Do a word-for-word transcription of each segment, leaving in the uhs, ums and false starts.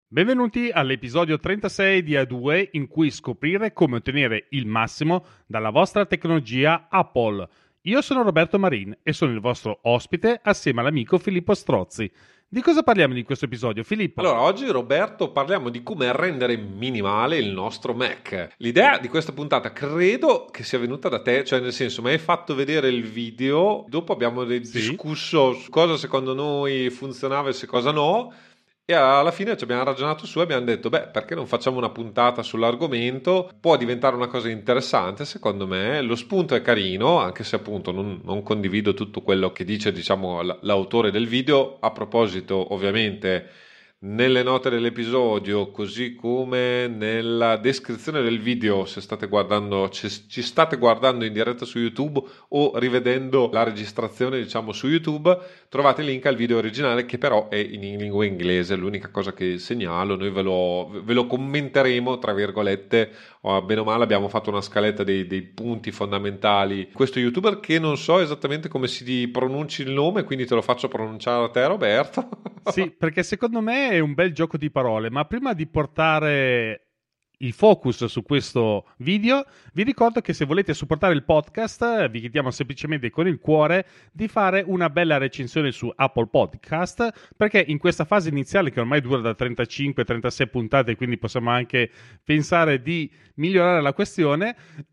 Benvenuti all'episodio trentasei di A due in cui scoprire come ottenere il massimo dalla vostra tecnologia Apple. Io sono Roberto Marin e sono il vostro ospite assieme all'amico Filippo Strozzi. Di cosa parliamo in questo episodio, Filippo? Allora, oggi Roberto parliamo di come rendere minimale il nostro Mac. L'idea di questa puntata credo che sia venuta da te, cioè nel senso mi hai fatto vedere il video, dopo abbiamo Sì. discusso su cosa secondo noi funzionava e se cosa no, e alla fine ci abbiamo ragionato su e abbiamo detto, beh, perché non facciamo una puntata sull'argomento? Può diventare una cosa interessante, secondo me. Lo spunto è carino, anche se appunto non, non condivido tutto quello che dice, diciamo, l- l'autore del video. A proposito, ovviamente, nelle note dell'episodio, così come nella descrizione del video, se state guardando, ci, ci state guardando in diretta su YouTube o rivedendo la registrazione, diciamo, su YouTube, trovate il link al video originale che però è in, in lingua inglese. L'unica cosa che segnalo, noi ve lo, ve lo commenteremo, tra virgolette, o bene o male abbiamo fatto una scaletta dei, dei punti fondamentali. Questo YouTuber che non so esattamente come si pronunci il nome, quindi te lo faccio pronunciare a te, Roberto. Sì, perché secondo me è un bel gioco di parole, ma prima di portare il focus su questo video, vi ricordo che se volete supportare il podcast, vi chiediamo semplicemente con il cuore di fare una bella recensione su Apple Podcast, perché in questa fase iniziale, che ormai dura da trentacinque trentasei puntate, quindi possiamo anche pensare di migliorare la questione,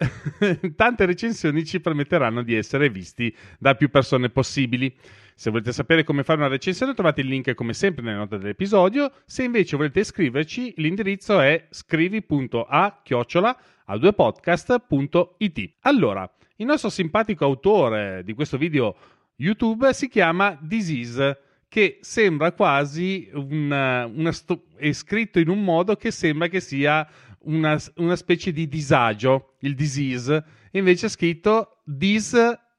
tante recensioni ci permetteranno di essere visti da più persone possibili. Se volete sapere come fare una recensione trovate il link come sempre nelle note dell'episodio. Se invece volete scriverci, l'indirizzo è scrivi punto a chiocciola a due podcast punto it. Allora, il nostro simpatico autore di questo video YouTube si chiama Disease, che sembra quasi una, una sto- è scritto in un modo che sembra che sia una, una specie di disagio, il disease, e invece è scritto this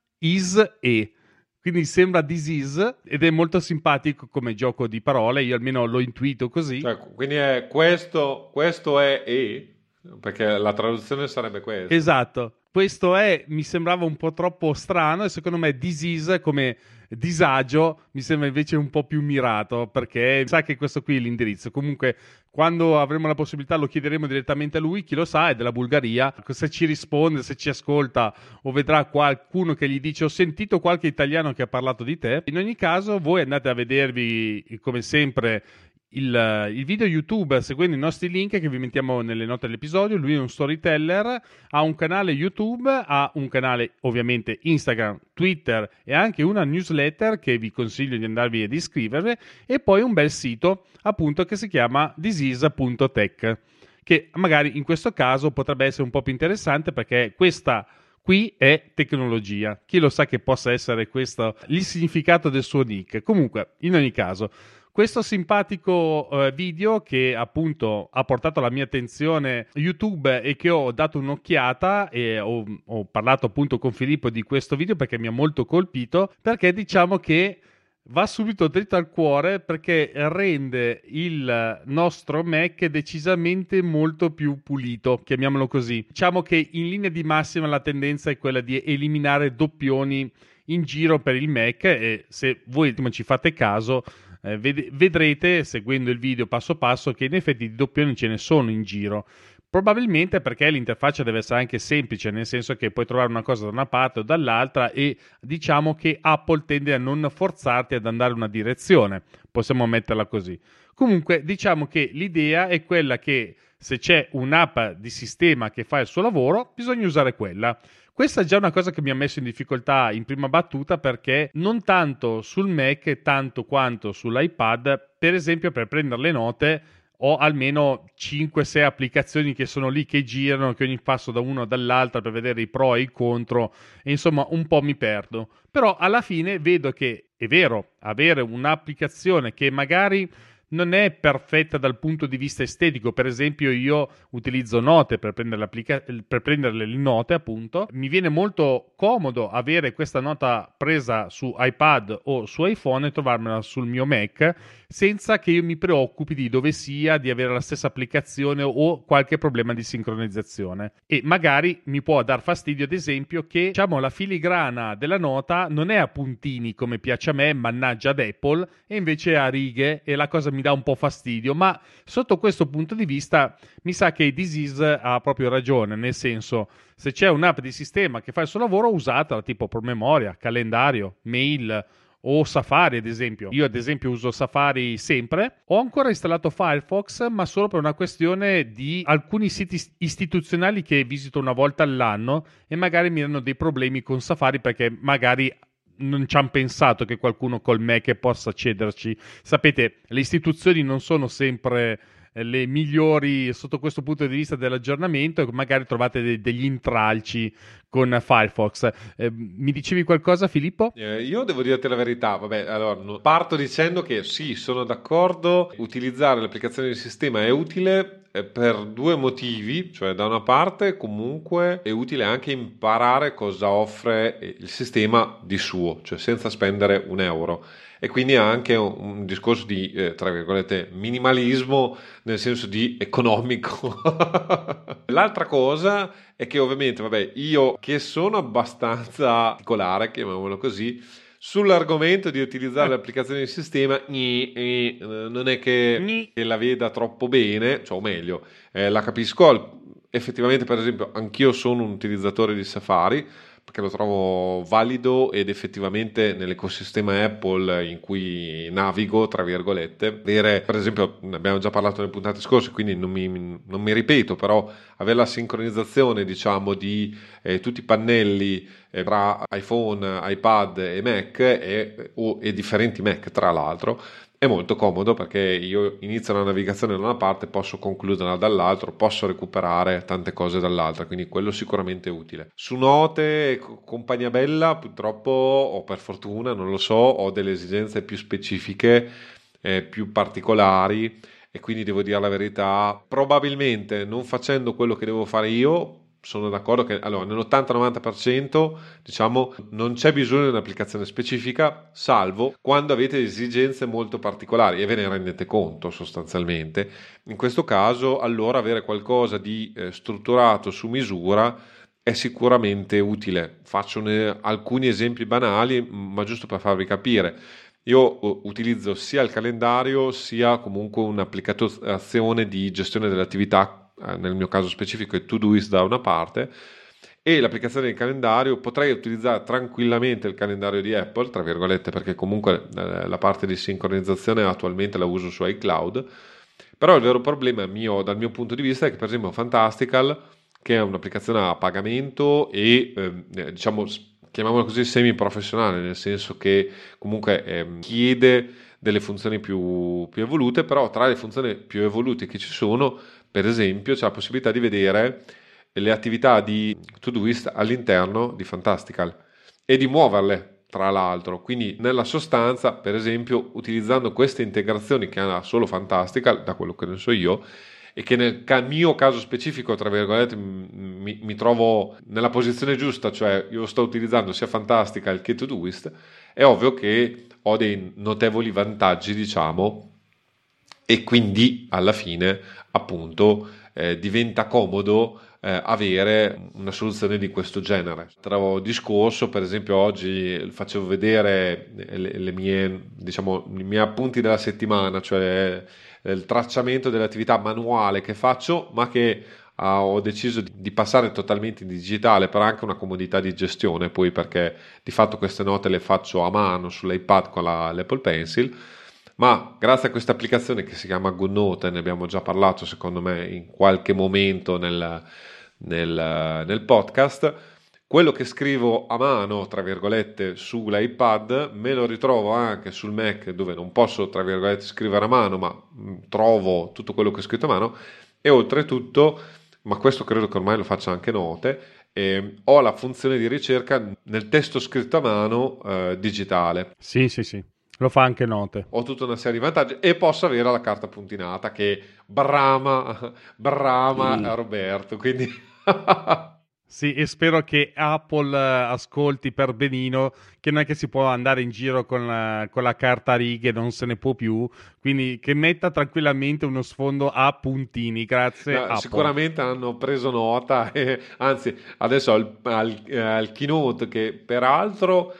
is e. Quindi sembra disease ed è molto simpatico come gioco di parole, io almeno l'ho intuito così. Cioè, quindi è questo, questo è E, perché la traduzione sarebbe questa. Esatto, questo è, mi sembrava un po' troppo strano e secondo me disease come disagio mi sembra invece un po' più mirato, perché sa che questo qui è l'indirizzo. Comunque quando avremo la possibilità lo chiederemo direttamente a lui, chi lo sa è della Bulgaria, se ci risponde, se ci ascolta o vedrà qualcuno che gli dice ho sentito qualche italiano che ha parlato di te. In ogni caso voi andate a vedervi come sempre Il, il video YouTube seguendo i nostri link che vi mettiamo nelle note dell'episodio. Lui è un storyteller, ha un canale YouTube, ha un canale ovviamente Instagram, Twitter e anche una newsletter che vi consiglio di andarvi ad iscrivere, e poi un bel sito appunto che si chiama disease punto tech, che magari in questo caso potrebbe essere un po' più interessante perché questa qui è tecnologia. Chi lo sa che possa essere questo il significato del suo nick. Comunque, in ogni caso, questo simpatico eh, video che appunto ha portato alla mia attenzione YouTube e che ho dato un'occhiata e ho, ho parlato appunto con Filippo di questo video perché mi ha molto colpito, perché diciamo che va subito dritto al cuore perché rende il nostro Mac decisamente molto più pulito, chiamiamolo così. Diciamo che in linea di massima la tendenza è quella di eliminare doppioni in giro per il Mac, e se voi ci fate caso eh, ved- vedrete seguendo il video passo passo che in effetti di doppioni ce ne sono in giro. Probabilmente perché l'interfaccia deve essere anche semplice, nel senso che puoi trovare una cosa da una parte o dall'altra, e diciamo che Apple tende a non forzarti ad andare in una direzione, possiamo metterla così. Comunque diciamo che l'idea è quella che se c'è un'app di sistema che fa il suo lavoro, bisogna usare quella. Questa è già una cosa che mi ha messo in difficoltà in prima battuta, perché non tanto sul Mac tanto quanto sull'iPad, per esempio per prendere le note ho almeno cinque sei applicazioni che sono lì che girano, che ogni passo da uno o dall'altra per vedere i pro e i contro, e insomma un po' mi perdo. Però alla fine vedo che è vero, avere un'applicazione che magari non è perfetta dal punto di vista estetico. Per esempio io utilizzo Note per prendere, per prendere le note, appunto. Mi viene molto comodo avere questa nota presa su iPad o su iPhone e trovarmela sul mio Mac senza che io mi preoccupi di dove sia, di avere la stessa applicazione o qualche problema di sincronizzazione. E magari mi può dar fastidio, ad esempio, che diciamo la filigrana della nota non è a puntini come piace a me, mannaggia ad Apple, e invece è a righe, e la cosa mi dà un po' fastidio, ma sotto questo punto di vista mi sa che Disease ha proprio ragione, nel senso, se c'è un'app di sistema che fa il suo lavoro, usatela, tipo promemoria, calendario, mail o Safari ad esempio. Io ad esempio uso Safari sempre. Ho ancora installato Firefox, ma solo per una questione di alcuni siti istituzionali che visito una volta all'anno e magari mi hanno dei problemi con Safari perché magari non ci hanno pensato che qualcuno col Mac possa accederci. Sapete, le istituzioni non sono sempre le migliori sotto questo punto di vista dell'aggiornamento e magari trovate de- degli intralci con Firefox. Eh, mi dicevi qualcosa, Filippo? Eh, io devo dirti la verità, vabbè, allora no- parto dicendo che sì, sono d'accordo, utilizzare l'applicazione di sistema è utile eh, per due motivi, cioè da una parte comunque è utile anche imparare cosa offre eh, il sistema di suo, cioè senza spendere un euro. E quindi ha anche un, un discorso di, eh, tra virgolette, minimalismo nel senso di economico. L'altra cosa è che ovviamente, vabbè, io che sono abbastanza particolare, chiamiamolo così, sull'argomento di utilizzare l'applicazione di sistema, gni, gni, eh, non è che, che la veda troppo bene, cioè, o meglio, eh, la capisco. Effettivamente, per esempio, anch'io sono un utilizzatore di Safari, perché lo trovo valido ed effettivamente nell'ecosistema Apple in cui navigo, tra virgolette, avere, per esempio, ne abbiamo già parlato nelle puntate scorse, quindi non mi, non mi ripeto, però avere la sincronizzazione, diciamo, di eh, tutti i pannelli eh, tra iPhone, iPad e Mac e, o, e differenti Mac, tra l'altro, è molto comodo perché io inizio la navigazione da una parte, posso concluderla dall'altro, posso recuperare tante cose dall'altra, quindi quello sicuramente è utile. Su Note, compagnia bella, purtroppo o per fortuna, non lo so, ho delle esigenze più specifiche, eh, più particolari e quindi devo dire la verità, probabilmente non facendo quello che devo fare io, sono d'accordo che allora, nell'ottanta novanta per cento diciamo non c'è bisogno di un'applicazione specifica, salvo quando avete esigenze molto particolari e ve ne rendete conto sostanzialmente. In questo caso allora avere qualcosa di eh, strutturato su misura è sicuramente utile. Faccio ne, alcuni esempi banali, ma giusto per farvi capire. Io utilizzo sia il calendario sia comunque un'applicazione di gestione delle attività, nel mio caso specifico è Todoist da una parte, e l'applicazione di calendario potrei utilizzare tranquillamente il calendario di Apple, tra virgolette, perché comunque eh, la parte di sincronizzazione attualmente la uso su iCloud, però il vero problema mio, dal mio punto di vista, è che per esempio Fantastical, che è un'applicazione a pagamento e eh, diciamo chiamiamola così semi-professionale, nel senso che comunque eh, chiede delle funzioni più, più evolute, però tra le funzioni più evolute che ci sono, per esempio, c'è la possibilità di vedere le attività di Todoist all'interno di Fantastical e di muoverle, tra l'altro. Quindi, nella sostanza, per esempio, utilizzando queste integrazioni che ha solo Fantastical, da quello che ne so io, e che nel mio caso specifico, tra virgolette, mi, mi trovo nella posizione giusta, cioè io sto utilizzando sia Fantastical che Todoist, è ovvio che ho dei notevoli vantaggi, diciamo, e quindi alla fine appunto eh, diventa comodo eh, avere una soluzione di questo genere. Tra discorso, per esempio oggi facevo vedere le, le mie, diciamo, i miei appunti della settimana, cioè il tracciamento dell'attività manuale che faccio, ma che uh, ho deciso di, di passare totalmente in digitale per anche una comodità di gestione, poi perché di fatto queste note le faccio a mano sull'iPad con la, l'Apple Pencil. Ma grazie a questa applicazione che si chiama GoodNote, ne abbiamo già parlato secondo me in qualche momento nel, nel, nel podcast, quello che scrivo a mano, tra virgolette, sull'iPad me lo ritrovo anche sul Mac, dove non posso, tra virgolette, scrivere a mano, ma trovo tutto quello che ho scritto a mano e oltretutto, ma questo credo che ormai lo faccia anche Note, eh, ho la funzione di ricerca nel testo scritto a mano eh, digitale. Sì, sì, sì. Lo fa anche Note. Ho tutta una serie di vantaggi e posso avere la carta puntinata che brama, brama Mm. Roberto, quindi... Sì, e spero che Apple eh, ascolti per benino che non è che si può andare in giro con la, con la carta a righe, non se ne può più, quindi che metta tranquillamente uno sfondo a puntini, grazie No, Apple. sicuramente hanno preso nota, e, anzi adesso al, al, al keynote che peraltro...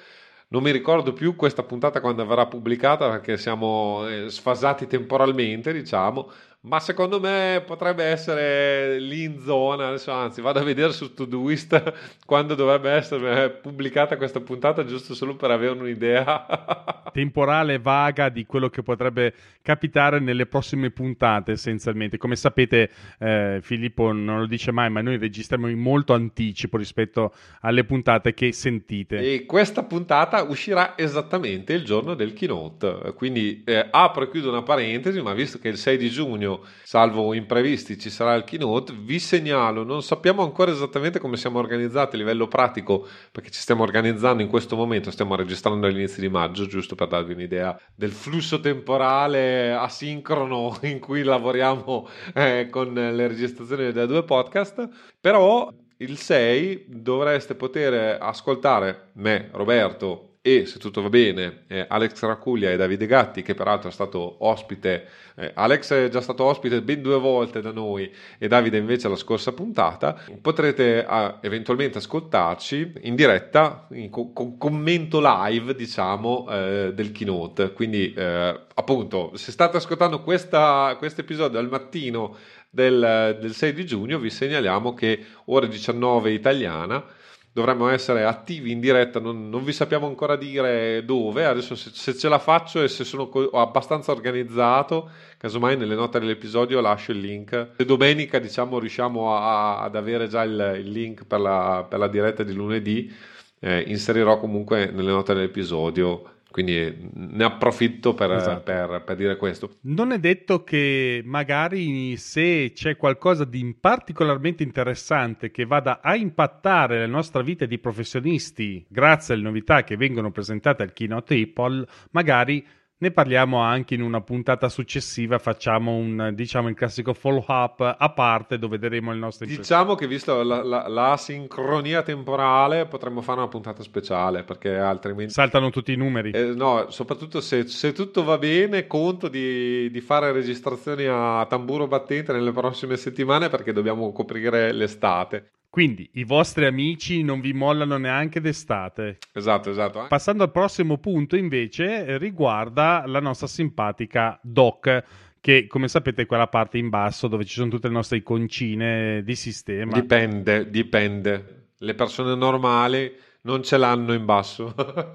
Non mi ricordo più questa puntata quando verrà pubblicata perché siamo eh, sfasati temporalmente, diciamo, ma secondo me potrebbe essere lì in zona. Adesso, anzi, vado a vedere su Todoist quando dovrebbe essere pubblicata questa puntata, giusto solo per avere un'idea. Temporale vaga di quello che potrebbe capitare nelle prossime puntate, essenzialmente. Come sapete, eh, Filippo non lo dice mai, ma noi registriamo in molto anticipo rispetto alle puntate che sentite. E questa puntata uscirà esattamente il giorno del keynote, quindi eh, apro e chiudo una parentesi, ma visto che il sei di giugno, salvo imprevisti, ci sarà il keynote, vi segnalo, non sappiamo ancora esattamente come siamo organizzati a livello pratico, perché ci stiamo organizzando in questo momento, stiamo registrando all'inizio di maggio, giusto per darvi un'idea del flusso temporale asincrono in cui lavoriamo eh, con le registrazioni dei due podcast, però il sei dovreste poter ascoltare me, Roberto e, se tutto va bene, eh, Alex Racuglia e Davide Gatti, che peraltro è stato ospite. Eh, Alex è già stato ospite ben due volte da noi e Davide invece la scorsa puntata. Potrete eh, eventualmente ascoltarci in diretta, in co- con commento live, diciamo, eh, del keynote. Quindi, eh, appunto, se state ascoltando questo episodio al mattino del, del sei di giugno, vi segnaliamo che ore diciannove italiana dovremmo essere attivi in diretta, non, non vi sappiamo ancora dire dove. Adesso se, se ce la faccio e se sono co- abbastanza organizzato, casomai nelle note dell'episodio lascio il link. Se domenica, diciamo, riusciamo a, ad avere già il, il link per la, per la diretta di lunedì, eh, inserirò comunque nelle note dell'episodio. Quindi ne approfitto per, esatto. per, per dire questo. Non è detto che magari se c'è qualcosa di particolarmente interessante che vada a impattare la nostra vita di professionisti grazie alle novità che vengono presentate al Keynote Apple, magari ne parliamo anche in una puntata successiva, facciamo un, diciamo, il classico follow-up a parte dove vedremo il nostro... Diciamo che visto la, la, la sincronia temporale potremmo fare una puntata speciale, perché altrimenti... Saltano tutti i numeri. Eh, no, soprattutto se, se tutto va bene, conto di, di fare registrazioni a tamburo battente nelle prossime settimane, perché dobbiamo coprire l'estate. Quindi i vostri amici non vi mollano neanche d'estate. Esatto, esatto. Eh? Passando al prossimo punto invece riguarda la nostra simpatica dock, che come sapete è quella parte in basso dove ci sono tutte le nostre iconcine di sistema. Dipende, dipende. Le persone normali non ce l'hanno in basso.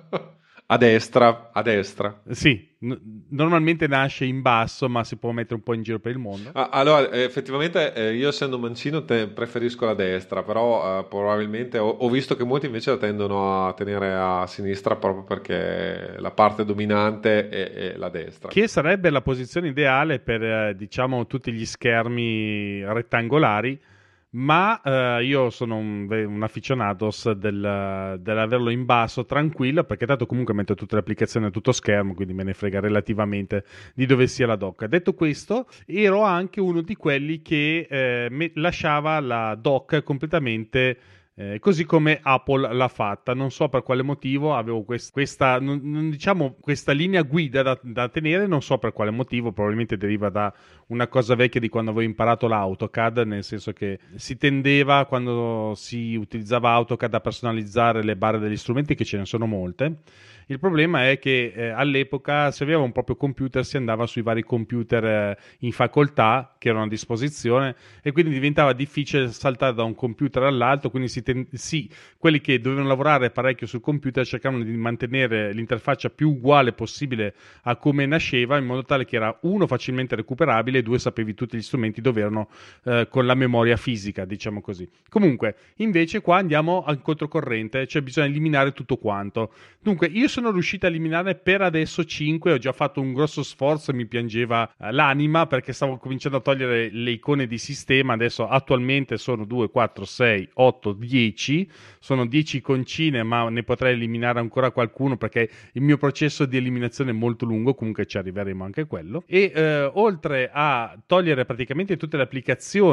A destra, a destra. Sì, n- normalmente nasce in basso, ma si può mettere un po' in giro per il mondo. Ah, allora, effettivamente eh, io essendo mancino te- preferisco la destra, però eh, probabilmente ho-, ho visto che molti invece la tendono a tenere a sinistra proprio perché la parte dominante è, è la destra. Che sarebbe la posizione ideale per, eh, diciamo, tutti gli schermi rettangolari, ma eh, io sono un, un aficionados del, dell'averlo in basso tranquillo, perché tanto comunque metto tutte le applicazioni a tutto schermo, quindi me ne frega relativamente di dove sia la dock. Detto questo, ero anche uno di quelli che eh, me- lasciava la dock completamente eh, così come Apple l'ha fatta. Non so per quale motivo avevo quest- questa non, non diciamo questa linea guida da, da tenere, non so per quale motivo, probabilmente deriva da una cosa vecchia di quando avevo imparato l'AutoCAD, nel senso che si tendeva, quando si utilizzava AutoCAD, a personalizzare le barre degli strumenti, che ce ne sono molte. Il problema è che eh, all'epoca, se aveva un proprio computer, si andava sui vari computer eh, in facoltà che erano a disposizione, e quindi diventava difficile saltare da un computer all'altro. Quindi si ten- sì, quelli che dovevano lavorare parecchio sul computer cercavano di mantenere l'interfaccia più uguale possibile a come nasceva, in modo tale che era, uno, facilmente recuperabile, e due, sapevi tutti gli strumenti dove erano eh, con la memoria fisica, diciamo così. Comunque, invece qua andiamo al controcorrente, cioè bisogna eliminare tutto quanto. Dunque, io sono riuscito a eliminare per adesso cinque, ho già fatto un grosso sforzo e mi piangeva eh, l'anima, perché stavo cominciando a togliere le icone di sistema. Adesso attualmente sono due, quattro, sei, otto, dieci, sono dieci iconcine, ma ne potrei eliminare ancora qualcuno perché il mio processo di eliminazione è molto lungo, comunque ci arriveremo anche a quello. E eh, oltre a togliere praticamente tutte le applicazioni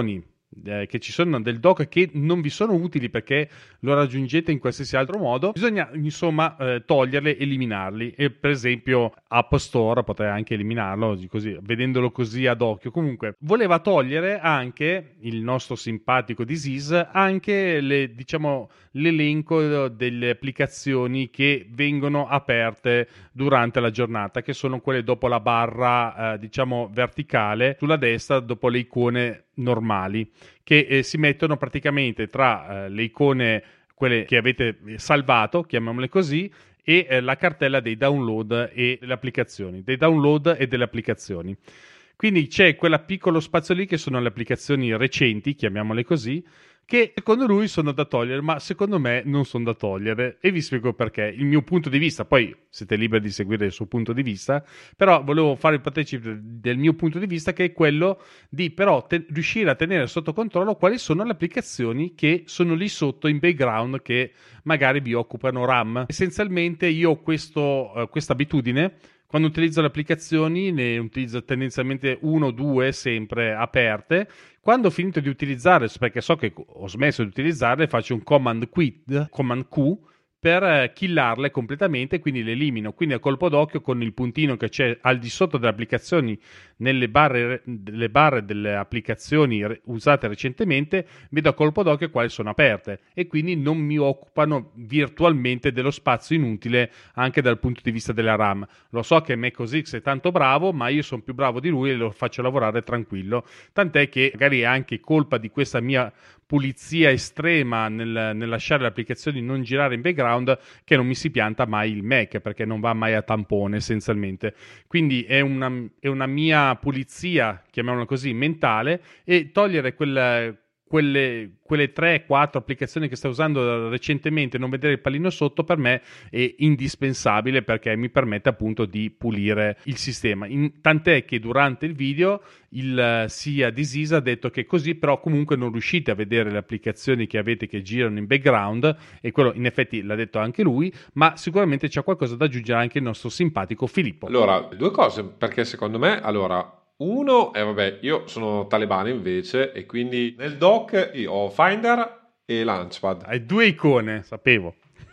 eh, che ci sono del dock che non vi sono utili perché lo raggiungete in qualsiasi altro modo, bisogna insomma eh, toglierli, eliminarli. E per esempio App Store potrei anche eliminarlo così, vedendolo così ad occhio. Comunque voleva togliere anche il nostro simpatico Disease, anche le, diciamo, l'elenco delle applicazioni che vengono aperte durante la giornata, che sono quelle dopo la barra eh, diciamo verticale sulla destra, dopo le icone normali, che eh, si mettono praticamente tra eh, le icone, quelle che avete salvato, chiamiamole così, e eh, la cartella dei download e delle applicazioni, dei download e delle applicazioni. Quindi c'è quella piccolo spazio lì che sono le applicazioni recenti, chiamiamole così, che secondo lui sono da togliere, ma secondo me non sono da togliere, e vi spiego perché. Il mio punto di vista, poi siete liberi di seguire il suo punto di vista, però volevo fare partecipe del mio punto di vista, che è quello di però te- riuscire a tenere sotto controllo quali sono le applicazioni che sono lì sotto in background, che magari vi occupano RAM. Essenzialmente io ho questo, uh, questa abitudine. Quando utilizzo le applicazioni ne utilizzo tendenzialmente uno o due sempre aperte. Quando ho finito di utilizzarle, perché so che ho smesso di utilizzarle, faccio un command quit, command Q, per eh, killarle completamente, quindi le elimino. Quindi a colpo d'occhio, con il puntino che c'è al di sotto delle applicazioni, nelle barre, delle barre delle applicazioni re- usate recentemente, vedo a colpo d'occhio quali sono aperte, e quindi non mi occupano virtualmente dello spazio inutile anche dal punto di vista della RAM. Lo so che MacOS è tanto bravo, ma io sono più bravo di lui e lo faccio lavorare tranquillo, tant'è che magari è anche colpa di questa mia pulizia estrema nel, nel lasciare le applicazioni non girare in background, che non mi si pianta mai il Mac, perché non va mai a tampone essenzialmente. Quindi è una, è una mia pulizia, chiamiamola così, mentale, e togliere quel, quelle, quelle tre quattro applicazioni che sto usando recentemente, non vedere il pallino sotto, per me è indispensabile, perché mi permette appunto di pulire il sistema. In, tant'è che durante il video il sia Disease ha detto che così però comunque non riuscite a vedere le applicazioni che avete che girano in background, e quello in effetti l'ha detto anche lui, ma sicuramente c'è qualcosa da aggiungere anche il nostro simpatico Filippo. Allora, due cose, perché secondo me, allora, uno è, vabbè, io sono talebano invece, e quindi nel dock io ho Finder e Launchpad. Hai due icone, sapevo.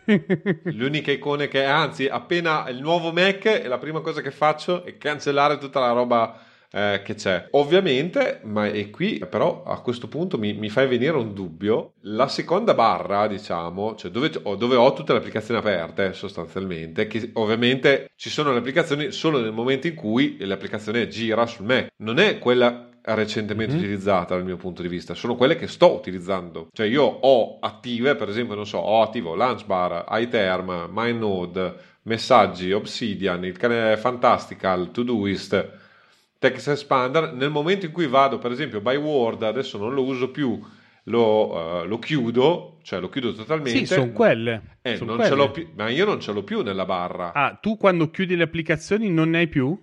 Le uniche icone che, anzi, appena il nuovo Mac, e la prima cosa che faccio è cancellare tutta la roba eh, che c'è. Ovviamente, ma e qui però a questo punto mi, mi fai venire un dubbio. La seconda barra, diciamo, cioè dove, dove ho tutte le applicazioni aperte sostanzialmente, che ovviamente ci sono le applicazioni solo nel momento in cui l'applicazione gira sul Mac. Non è quella recentemente mm-hmm. utilizzata dal mio punto di vista, sono quelle che sto utilizzando. Cioè io ho attive, per esempio, non so, ho attivo Launchbar, iTerm, MindNode, Messaggi, Obsidian, il cane Fantastical, Todoist, Text Expander. Nel momento in cui vado, per esempio, by Word, adesso non lo uso più, lo, uh, lo chiudo, cioè lo chiudo totalmente. Sì, sono quelle. Eh, son non quelle. Ce l'ho più, ma io non ce l'ho più nella barra. Ah, tu quando chiudi le applicazioni non ne hai più?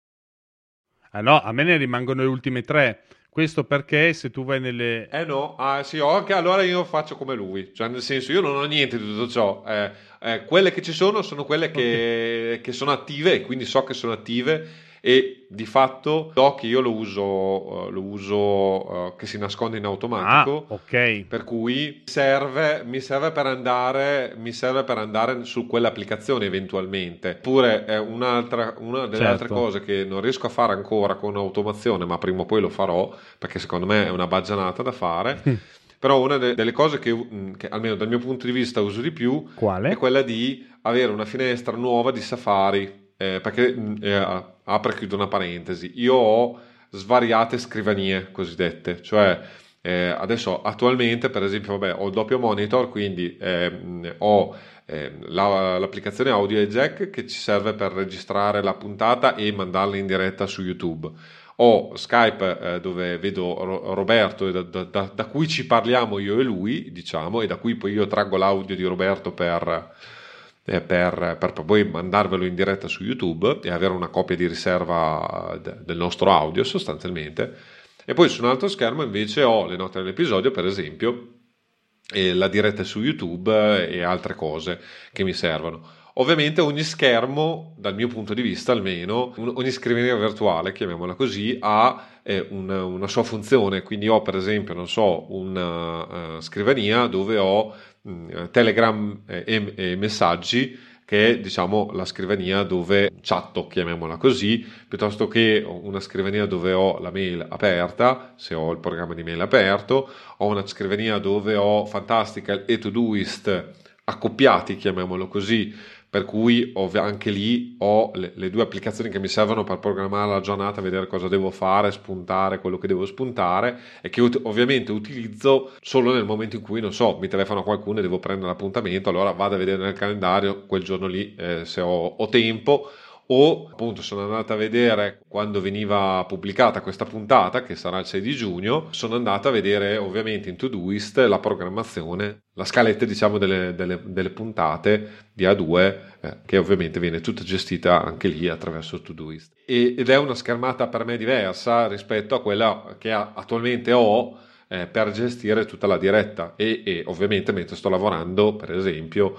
Ah no, a me ne rimangono le ultime tre. Questo perché se tu vai nelle... Eh no, ah sì, ok, allora io faccio come lui. Cioè nel senso, io non ho niente di tutto ciò. Eh, eh, quelle che ci sono sono quelle che, okay. che sono attive, e quindi so che sono attive, e di fatto Doc io lo uso, uh, lo uso uh, che si nasconde in automatico. Ah, ok. Per cui serve, mi serve per andare, mi serve per andare su quell'applicazione eventualmente. Oppure è un'altra, una delle certo. altre cose che non riesco a fare ancora con automazione, ma prima o poi lo farò, perché secondo me è una baggianata da fare. Però una de- delle cose che, che almeno dal mio punto di vista uso di più Quale? È quella di avere una finestra nuova di Safari. Eh, perché eh, apro e chiudo una parentesi, io ho svariate scrivanie cosiddette, cioè eh, adesso attualmente per esempio vabbè, ho il doppio monitor, quindi eh, ho eh, la, l'applicazione Audio Jack che ci serve per registrare la puntata e mandarla in diretta su YouTube. Ho Skype eh, dove vedo Ro- Roberto, da, da, da cui ci parliamo io e lui, diciamo, e da cui poi io traggo l'audio di Roberto per Per, per, per poi mandarvelo in diretta su YouTube e avere una copia di riserva de, del nostro audio sostanzialmente. E poi su un altro schermo invece ho le note dell'episodio, per esempio, e la diretta su YouTube e altre cose che mi servono. Ovviamente ogni schermo, dal mio punto di vista almeno, ogni scrivania virtuale, chiamiamola così, ha eh, una, una sua funzione. Quindi ho per esempio, non so, una uh, scrivania dove ho mh, Telegram e, e messaggi, che è diciamo la scrivania dove chatto, chiamiamola così, piuttosto che una scrivania dove ho la mail aperta, se ho il programma di mail aperto, ho una scrivania dove ho Fantastical e Todoist accoppiati, chiamiamolo così, per cui ov- anche lì ho le, le due applicazioni che mi servono per programmare la giornata, vedere cosa devo fare, spuntare quello che devo spuntare, e che ut- ovviamente utilizzo solo nel momento in cui, non so, mi telefono qualcuno e devo prendere l'appuntamento, allora vado a vedere nel calendario quel giorno lì eh, se ho, ho tempo. O appunto sono andato a vedere quando veniva pubblicata questa puntata, che sarà il sei di giugno, sono andato a vedere ovviamente in Todoist la programmazione, la scaletta diciamo delle, delle, delle puntate di A due, eh, che ovviamente viene tutta gestita anche lì attraverso Todoist. E, ed è una schermata per me diversa rispetto a quella che attualmente ho eh, per gestire tutta la diretta, e, e ovviamente mentre sto lavorando, per esempio,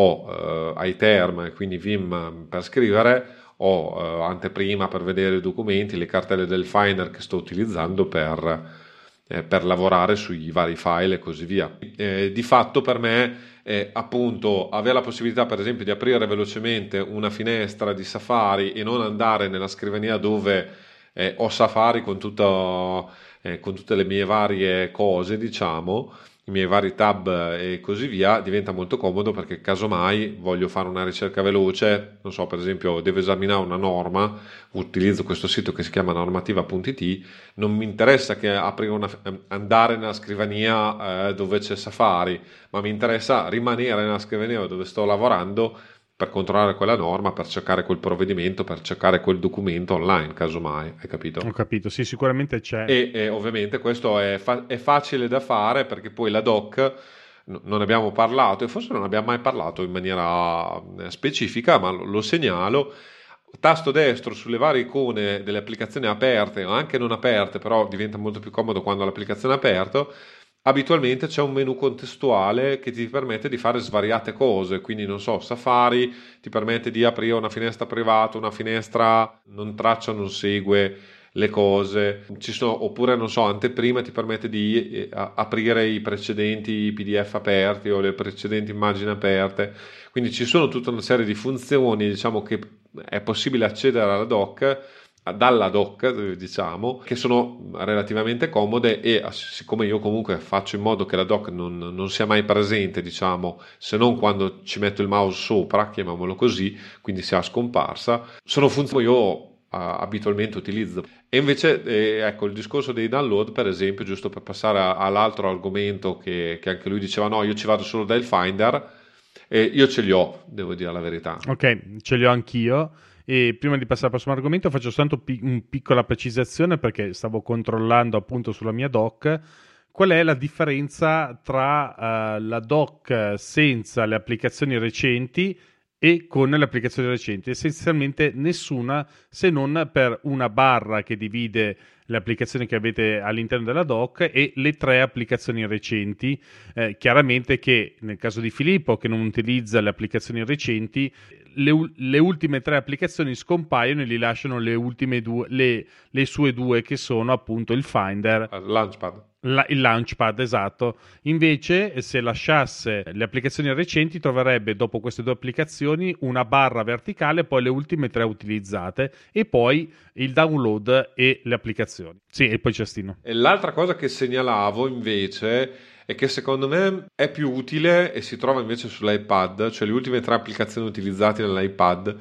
ho eh, iTerm, quindi Vim per scrivere, ho eh, anteprima per vedere i documenti, le cartelle del Finder che sto utilizzando per, eh, per lavorare sui vari file e così via. Eh, di fatto per me eh, appunto avere la possibilità per esempio di aprire velocemente una finestra di Safari e non andare nella scrivania dove eh, ho Safari con, tutto, eh, con tutte le mie varie cose, diciamo, i miei vari tab e così via, diventa molto comodo, perché casomai voglio fare una ricerca veloce, non so, per esempio devo esaminare una norma, utilizzo questo sito che si chiama normativa punto it, non mi interessa che aprire una, andare nella scrivania eh, dove c'è Safari, ma mi interessa rimanere nella scrivania dove sto lavorando per controllare quella norma, per cercare quel provvedimento, per cercare quel documento online, casomai, hai capito? Ho capito, sì, sicuramente c'è. E, e ovviamente questo è, fa- è facile da fare, perché poi la doc, n- non abbiamo parlato, e forse non abbiamo mai parlato in maniera eh, specifica, ma lo, lo segnalo, tasto destro sulle varie icone delle applicazioni aperte o anche non aperte, però diventa molto più comodo quando l'applicazione è aperta. Abitualmente c'è un menu contestuale che ti permette di fare svariate cose, quindi non so, Safari ti permette di aprire una finestra privata, una finestra non traccia, non segue le cose, ci sono, oppure non so, anteprima ti permette di eh, aprire i precedenti P D F aperti o le precedenti immagini aperte, quindi ci sono tutta una serie di funzioni, diciamo, che è possibile accedere alla doc, dalla doc, diciamo, che sono relativamente comode, e siccome io comunque faccio in modo che la doc non, non sia mai presente, diciamo, se non quando ci metto il mouse sopra, chiamiamolo così, quindi sia scomparsa, sono funzioni che io abitualmente utilizzo. E invece eh, ecco il discorso dei download, per esempio, giusto per passare a, all'altro argomento che, che anche lui diceva, no, io ci vado solo dal Finder, e io ce li ho, devo dire la verità. Ok, ce li ho anch'io. E prima di passare al prossimo argomento faccio soltanto pi- una piccola precisazione, perché stavo controllando appunto sulla mia doc qual è la differenza tra uh, la doc senza le applicazioni recenti e con le applicazioni recenti. Essenzialmente nessuna, se non per una barra che divide le applicazioni che avete all'interno della doc e le tre applicazioni recenti. Eh, chiaramente che nel caso di Filippo, che non utilizza le applicazioni recenti, le, le ultime tre applicazioni scompaiono e gli lasciano le ultime due, le, le sue due, che sono appunto il Finder, Launchpad. La, il Launchpad, esatto. Invece, se lasciasse le applicazioni recenti, troverebbe dopo queste due applicazioni una barra verticale, poi le ultime tre utilizzate, e poi il download e le applicazioni. Sì, e poi cestino. E l'altra cosa che segnalavo invece è che secondo me è più utile, e si trova invece sull'iPad, cioè le ultime tre applicazioni utilizzate nell'iPad.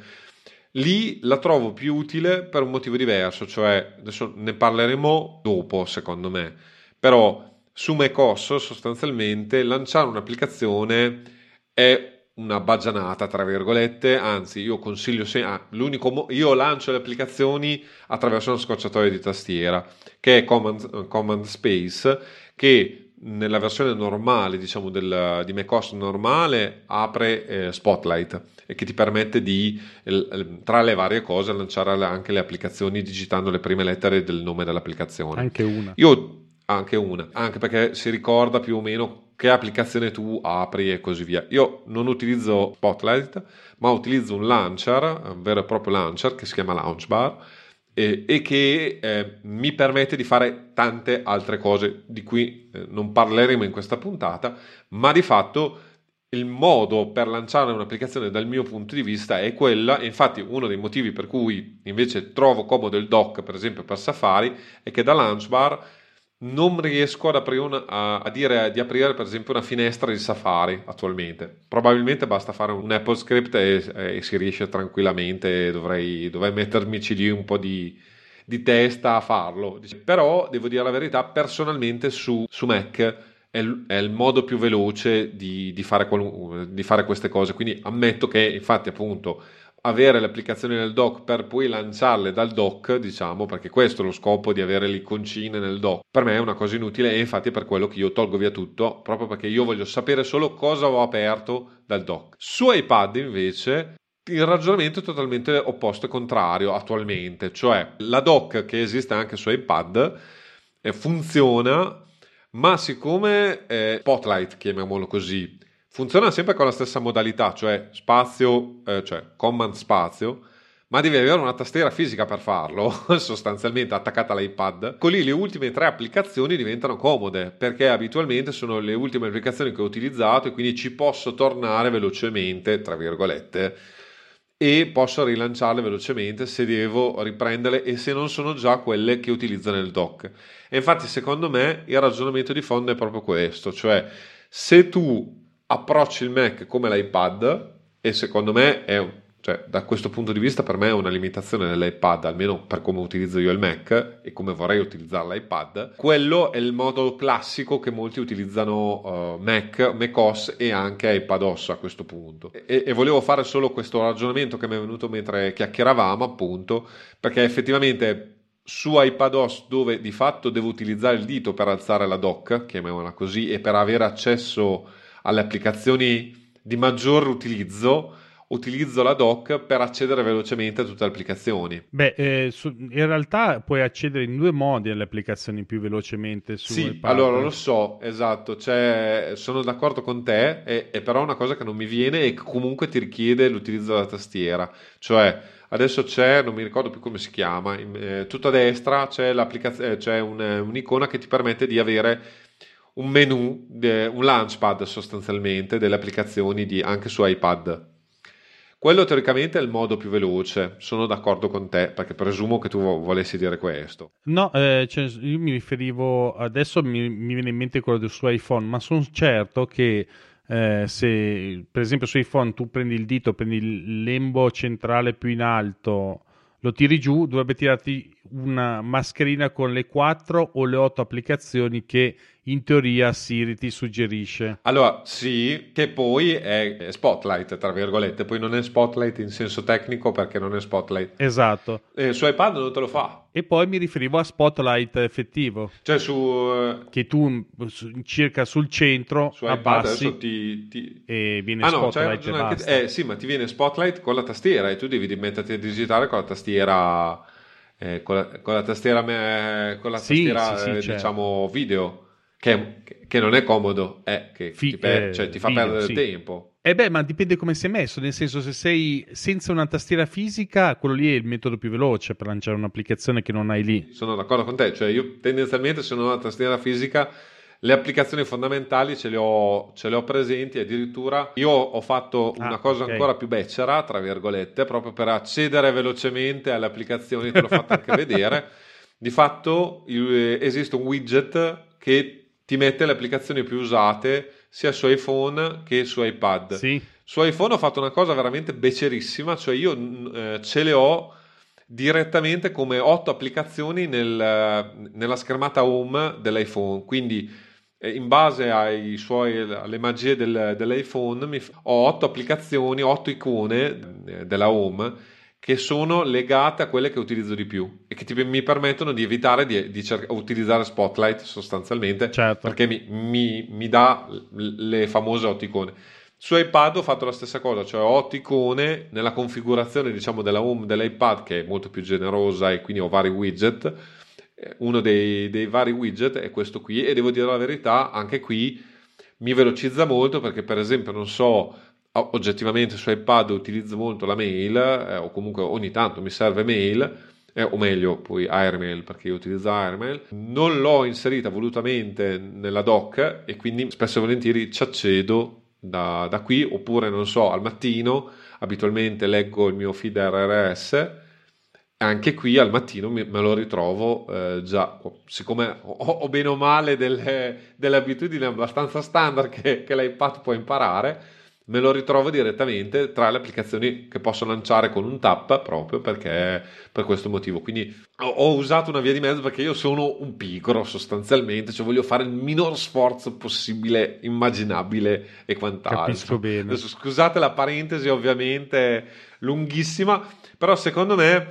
Lì la trovo più utile per un motivo diverso, cioè adesso ne parleremo dopo, secondo me. Però su macOS sostanzialmente lanciare un'applicazione è una baggianata, tra virgolette, anzi io consiglio se, ah, l'unico mo- io lancio le applicazioni attraverso una scorciatoia di tastiera che è Command, Command Space, che nella versione normale, diciamo, del, di macOS normale apre eh, Spotlight, e che ti permette di, eh, tra le varie cose, lanciare anche le applicazioni digitando le prime lettere del nome dell'applicazione. Anche una. Io anche una, anche perché si ricorda più o meno che applicazione tu apri e così via. Io non utilizzo Spotlight, ma utilizzo un launcher, un vero e proprio launcher che si chiama Launchbar e, e che eh, mi permette di fare tante altre cose di cui eh, non parleremo in questa puntata, ma di fatto il modo per lanciare un'applicazione dal mio punto di vista è quella, e infatti uno dei motivi per cui invece trovo comodo il dock, per esempio per Safari, è che da Launchbar non riesco ad aprire una, a, a dire di aprire per esempio una finestra di Safari attualmente. Probabilmente basta fare un Apple script e, e si riesce tranquillamente, dovrei, dovrei mettermici lì un po' di, di testa a farlo. Però devo dire la verità, personalmente su, su Mac è il, è il modo più veloce di, di, fare qual, di fare queste cose, quindi ammetto che infatti appunto avere le applicazioni nel dock per poi lanciarle dal dock, diciamo, perché questo è lo scopo di avere le iconcine nel dock, per me è una cosa inutile e infatti è per quello che io tolgo via tutto, proprio perché io voglio sapere solo cosa ho aperto dal dock. Su iPad invece il ragionamento è totalmente opposto e contrario attualmente, cioè la dock che esiste anche su iPad eh, funziona, ma siccome eh, Spotlight, chiamiamolo così, funziona sempre con la stessa modalità, cioè spazio, eh, cioè command spazio, ma devi avere una tastiera fisica per farlo, sostanzialmente attaccata all'iPad. Con lì le ultime tre applicazioni diventano comode, perché abitualmente sono le ultime applicazioni che ho utilizzato e quindi ci posso tornare velocemente, tra virgolette, e posso rilanciarle velocemente se devo riprenderle e se non sono già quelle che utilizzo nel dock. E infatti secondo me il ragionamento di fondo è proprio questo, cioè se tu approcci il Mac come l'iPad, e secondo me è, cioè, da questo punto di vista per me è una limitazione dell'iPad, almeno per come utilizzo io il Mac e come vorrei utilizzare l'iPad, quello è il modo classico che molti utilizzano uh, Mac, macOS e anche iPadOS a questo punto. E, e volevo fare solo questo ragionamento che mi è venuto mentre chiacchieravamo, appunto, perché effettivamente su iPadOS, dove di fatto devo utilizzare il dito per alzare la dock, chiamiamola così, e per avere accesso alle applicazioni di maggior utilizzo, utilizzo la dock per accedere velocemente a tutte le applicazioni. Beh, eh, su, in realtà puoi accedere in due modi alle applicazioni più velocemente su Sì, iPad. allora lo so, esatto, cioè, sono d'accordo con te, è, è però una cosa che non mi viene e che comunque ti richiede l'utilizzo della tastiera, cioè adesso c'è, non mi ricordo più come si chiama, in, eh, tutto a destra c'è, l'applicazione, c'è un, un'icona che ti permette di avere un menu, de, un launchpad sostanzialmente delle applicazioni di, anche su iPad. Quello teoricamente è il modo più veloce, sono d'accordo con te, perché presumo che tu volessi dire questo. No, eh, cioè, io mi riferivo, adesso mi, mi viene in mente quello del suo iPhone, ma sono certo che eh, se per esempio su iPhone tu prendi il dito, prendi il lembo centrale più in alto, lo tiri giù, dovrebbe tirarti una mascherina con le quattro o le otto applicazioni che in teoria Siri ti suggerisce. Allora, sì, che poi è Spotlight, tra virgolette, poi non è Spotlight in senso tecnico perché non è Spotlight. Esatto. Eh, su iPad non te lo fa. E poi mi riferivo a Spotlight effettivo. Cioè su... Che tu su, circa sul centro su iPad abbassi adesso ti, ti... e viene ah, no, Spotlight c'è e anche... basta. Eh sì, ma ti viene Spotlight con la tastiera e tu devi metterti a digitare con la tastiera... Eh, con, la, con la tastiera, eh, con la Sì, tastiera sì, sì, eh, certo. diciamo video. Che, che non è comodo, è che Fi- ti, per, eh, cioè, ti fa video, perdere sì. tempo. E beh, ma dipende come sei messo, nel senso se sei senza una tastiera fisica, quello lì è il metodo più veloce per lanciare un'applicazione che non hai lì. Sono d'accordo con te, cioè io tendenzialmente se non ho la tastiera fisica le applicazioni fondamentali ce le ho, ce le ho presenti, addirittura io ho fatto una Ah, cosa ok. ancora più becera, tra virgolette, proprio per accedere velocemente alle applicazioni, te l'ho fatto anche vedere. Di fatto il- esiste un widget che ti mette le applicazioni più usate sia su iPhone che su iPad. Sì, Su iPhone ho fatto una cosa veramente becerissima, cioè io eh, ce le ho direttamente come otto applicazioni nel- nella schermata home dell'iPhone, quindi eh, in base ai suoi, alle magie del- dell'iPhone mi f- ho otto applicazioni, otto icone eh, della home che sono legate a quelle che utilizzo di più e che ti- mi permettono di evitare di, di cer- utilizzare Spotlight sostanzialmente certo. perché mi, mi- mi dà l- le famose otto icone. Su iPad ho fatto la stessa cosa, cioè ho otto icone nella configurazione diciamo della home dell'iPad che è molto più generosa e quindi ho vari widget. Eh, Uno dei, dei vari widget è questo qui e devo dire la verità, anche qui mi velocizza molto perché per esempio non so, oggettivamente su iPad utilizzo molto la mail eh, o comunque ogni tanto mi serve mail, eh, o meglio poi Airmail perché io utilizzo Airmail, non l'ho inserita volutamente nella dock e quindi spesso e volentieri ci accedo da, da qui, oppure non so, al mattino abitualmente leggo il mio feed R R S, anche qui al mattino mi, me lo ritrovo eh, già, siccome ho, ho bene o male delle, delle abitudini abbastanza standard che, che l'iPad può imparare, me lo ritrovo direttamente tra le applicazioni che posso lanciare con un tap proprio perché per questo motivo. Quindi ho, ho usato una via di mezzo perché io sono un pigro sostanzialmente, cioè voglio fare il minor sforzo possibile, immaginabile e quant'altro. Capisco bene. Adesso, scusate la parentesi ovviamente lunghissima, però secondo me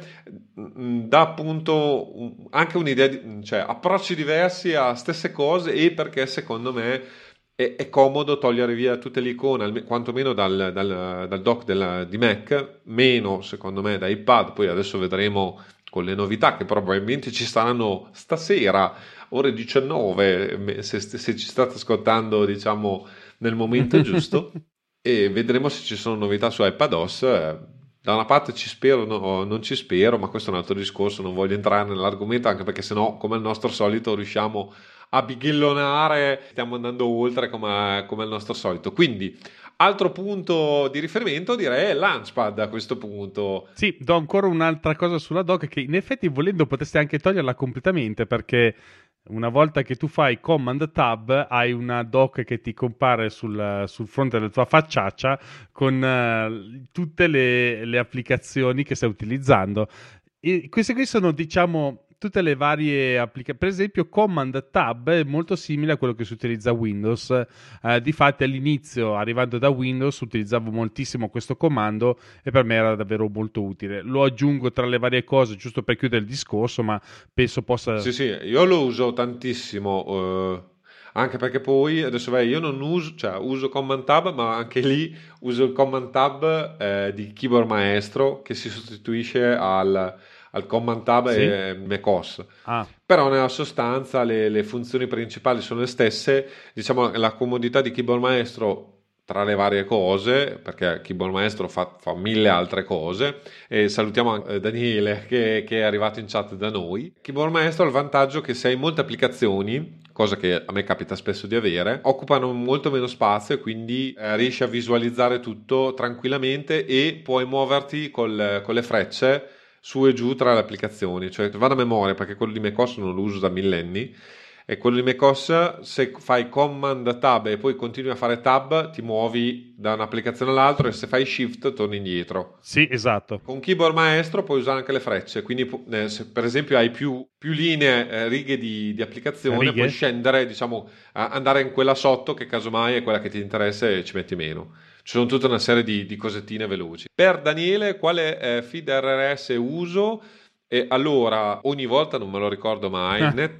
dà appunto anche un'idea di, cioè approcci diversi a stesse cose, e perché secondo me è, è comodo togliere via tutte le icone, quantomeno dal, dal, dal dock della, di Mac, meno secondo me da iPad. Poi adesso vedremo con le novità che probabilmente ci saranno stasera ore diciannove, se, se ci state ascoltando diciamo nel momento giusto, e vedremo se ci sono novità su iPadOS. Da una parte ci spero, no, non ci spero, ma questo è un altro discorso, non voglio entrare nell'argomento anche perché sennò, come al nostro solito, riusciamo a bighellonare, stiamo andando oltre come, come al nostro solito. Quindi, altro punto di riferimento direi è Launchpad a questo punto. Sì, do ancora un'altra cosa sulla dock che in effetti volendo potresti anche toglierla completamente, perché una volta che tu fai Command Tab hai una dock che ti compare sul, sul fronte della tua facciaccia con uh, tutte le, le applicazioni che stai utilizzando. E queste qui sono, diciamo, tutte le varie applicazioni. Per esempio, Command Tab è molto simile a quello che si utilizza a Windows. Eh, difatti, all'inizio, arrivando da Windows, utilizzavo moltissimo questo comando e per me era davvero molto utile. Lo aggiungo tra le varie cose, giusto per chiudere il discorso, ma penso possa... Sì, sì, io lo uso tantissimo. Uh... Anche perché poi adesso vai, io non uso, cioè uso Command Tab, ma anche lì uso il Command Tab eh, di Keyboard Maestro che si sostituisce al, al Command Tab Sì? e macOS. Ah. Però nella sostanza le, le funzioni principali sono le stesse, diciamo la comodità di Keyboard Maestro tra le varie cose, perché Keyboard Maestro fa, fa mille altre cose, e salutiamo anche Daniele che, che è arrivato in chat da noi. Keyboard Maestro ha il vantaggio che se hai molte applicazioni, cosa che a me capita spesso di avere, occupano molto meno spazio e quindi eh, riesci a visualizzare tutto tranquillamente e puoi muoverti col, con le frecce su e giù tra le applicazioni, cioè vado a memoria perché quello di macOS non lo uso da millenni, e quello di macOS se fai Command Tab e poi continui a fare Tab ti muovi da un'applicazione all'altra, e se fai Shift torni indietro. Sì, esatto. Con Keyboard Maestro puoi usare anche le frecce, quindi eh, se per esempio hai più, più linee, eh, righe di, di applicazione, Righe? puoi scendere, diciamo, a andare in quella sotto che casomai è quella che ti interessa e ci metti meno. Ci sono tutta una serie di, di cosettine veloci. Per Daniele, quale eh, feed R R S uso? E allora, ogni volta non me lo ricordo mai, Net,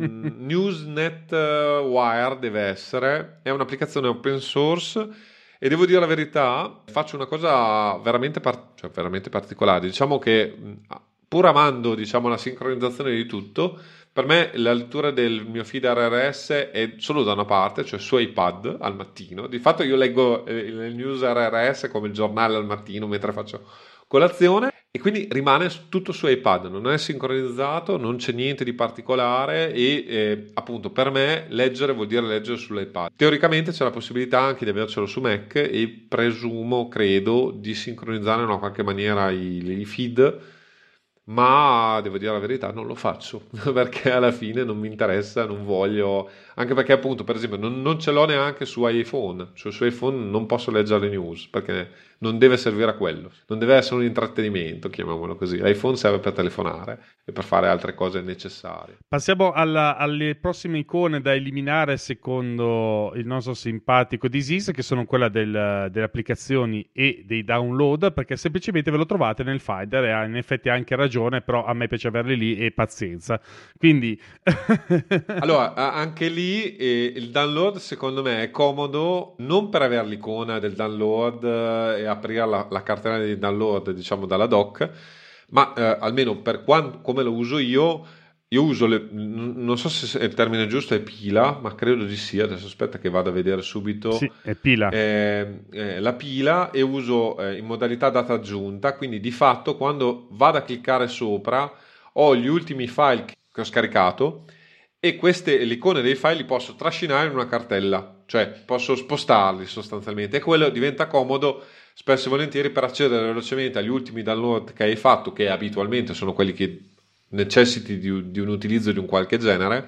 Newsnet Wire deve essere, è un'applicazione open source e devo dire la verità, faccio una cosa veramente, par- cioè veramente particolare, diciamo che pur amando diciamo, la sincronizzazione di tutto, per me la lettura del mio feed R R S è solo da una parte, cioè su iPad al mattino. Di fatto io leggo il news R R S come il giornale al mattino mentre faccio colazione, e quindi rimane tutto su iPad, non è sincronizzato, non c'è niente di particolare e eh, appunto per me leggere vuol dire leggere sull'iPad. Teoricamente c'è la possibilità anche di avercelo su Mac e presumo, credo, di sincronizzare in una qualche maniera i, i feed, ma devo dire la verità non lo faccio perché alla fine non mi interessa, non voglio, anche perché appunto per esempio non, non ce l'ho neanche su iPhone, cioè su iPhone non posso leggere le news perché non deve servire a quello, non deve essere un intrattenimento, chiamiamolo così. L'iPhone serve per telefonare e per fare altre cose necessarie. Passiamo alla, alle prossime icone da eliminare secondo il nostro simpatico Disease, che sono quella del, delle applicazioni e dei download, perché semplicemente ve lo trovate nel Finder e ha in effetti anche ragione, però a me piace averli lì e pazienza. Quindi... allora, anche lì eh, il download secondo me è comodo non per avere l'icona del download eh, e aprire la, la cartella di download diciamo dalla dock, ma eh, almeno per quando, come lo uso io io uso le, non so se il termine giusto è pila, ma credo di sì. Adesso aspetta che vado a vedere subito. Sì, è pila. Eh, eh, la pila, e uso eh, in modalità data aggiunta, quindi di fatto quando vado a cliccare sopra ho gli ultimi file che ho scaricato, e queste, le icone dei file li posso trascinare in una cartella, cioè posso spostarli sostanzialmente, e quello diventa comodo spesso e volentieri per accedere velocemente agli ultimi download che hai fatto, che abitualmente sono quelli che necessiti di, di un utilizzo di un qualche genere.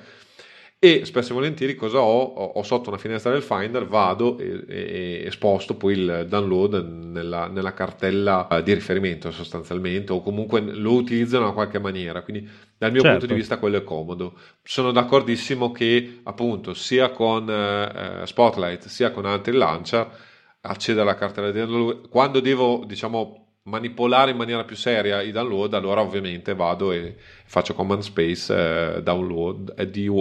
E spesso e volentieri cosa ho? Ho, ho sotto una finestra del Finder, vado e, e, e sposto poi il download nella, nella cartella di riferimento sostanzialmente, o comunque lo utilizzo in una qualche maniera. Quindi dal mio punto di Certo. vista quello è comodo. Sono d'accordissimo che appunto sia con eh, Spotlight sia con altri launcher accedere alla cartella di download quando devo, diciamo, manipolare in maniera più seria i download, allora ovviamente vado e faccio command space eh, download e di,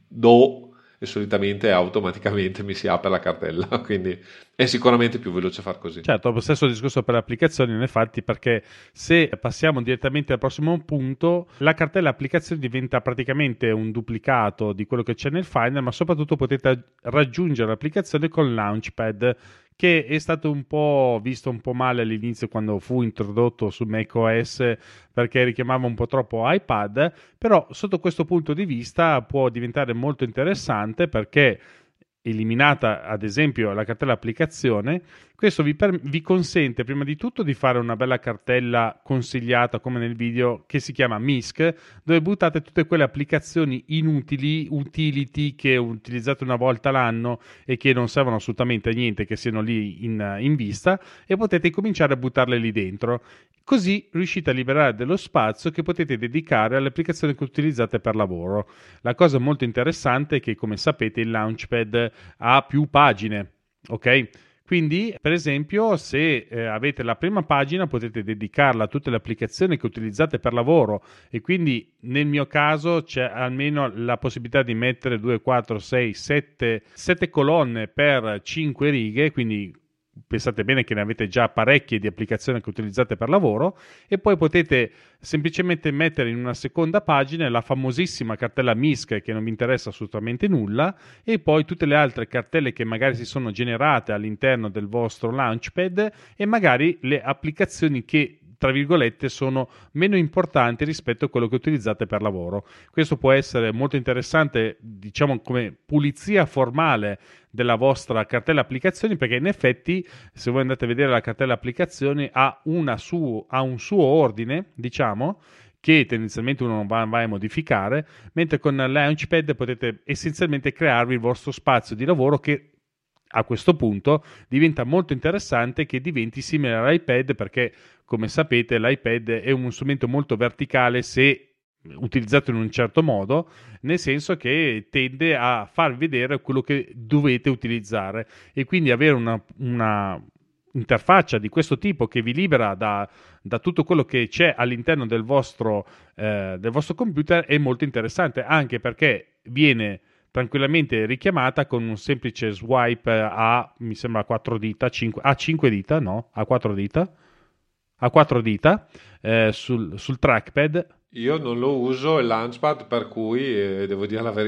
do, e solitamente automaticamente mi si apre la cartella, quindi è sicuramente più veloce far così. Certo, lo stesso discorso per le applicazioni, infatti, perché se passiamo direttamente al prossimo punto, la cartella applicazioni diventa praticamente un duplicato di quello che c'è nel Finder, ma soprattutto potete raggiungere l'applicazione con Launchpad, che è stato un po' visto un po' male all'inizio quando fu introdotto su macOS, perché richiamava un po' troppo iPad, però sotto questo punto di vista può diventare molto interessante, perché eliminata ad esempio la cartella applicazione, questo vi, per- vi consente prima di tutto di fare una bella cartella consigliata come nel video, che si chiama M I S C, dove buttate tutte quelle applicazioni inutili, utility che utilizzate una volta l'anno e che non servono assolutamente a niente, che siano lì in, in vista, e potete cominciare a buttarle lì dentro. Così riuscite a liberare dello spazio che potete dedicare alle applicazioni che utilizzate per lavoro. La cosa molto interessante è che, come sapete, il Launchpad ha più pagine, ok? Quindi, per esempio, se eh, avete la prima pagina, potete dedicarla a tutte le applicazioni che utilizzate per lavoro, e quindi nel mio caso c'è almeno la possibilità di mettere due, quattro, sei, sette, sette colonne per cinque righe, quindi pensate bene che ne avete già parecchie di applicazioni che utilizzate per lavoro, e poi potete semplicemente mettere in una seconda pagina la famosissima cartella M I S C, che non vi interessa assolutamente nulla, e poi tutte le altre cartelle che magari si sono generate all'interno del vostro Launchpad, e magari le applicazioni che tra virgolette sono meno importanti rispetto a quello che utilizzate per lavoro. Questo può essere molto interessante, diciamo, come pulizia formale della vostra cartella applicazioni, perché in effetti, se voi andate a vedere la cartella applicazioni, ha, una su, ha un suo ordine, diciamo, che tendenzialmente uno non va, va a modificare, mentre con Launchpad potete essenzialmente crearvi il vostro spazio di lavoro, che a questo punto diventa molto interessante che diventi simile all'iPad, perché, come sapete, l'iPad è un strumento molto verticale se utilizzato in un certo modo, nel senso che tende a far vedere quello che dovete utilizzare, e quindi avere una, una interfaccia di questo tipo che vi libera da, da tutto quello che c'è all'interno del vostro, eh, del vostro computer è molto interessante, anche perché viene tranquillamente richiamata con un semplice swipe a, mi sembra, quattro dita, cinque, a cinque dita, no, a quattro dita, a quattro dita eh, sul, sul trackpad. Io non lo uso il Launchpad, per cui eh, devo dire la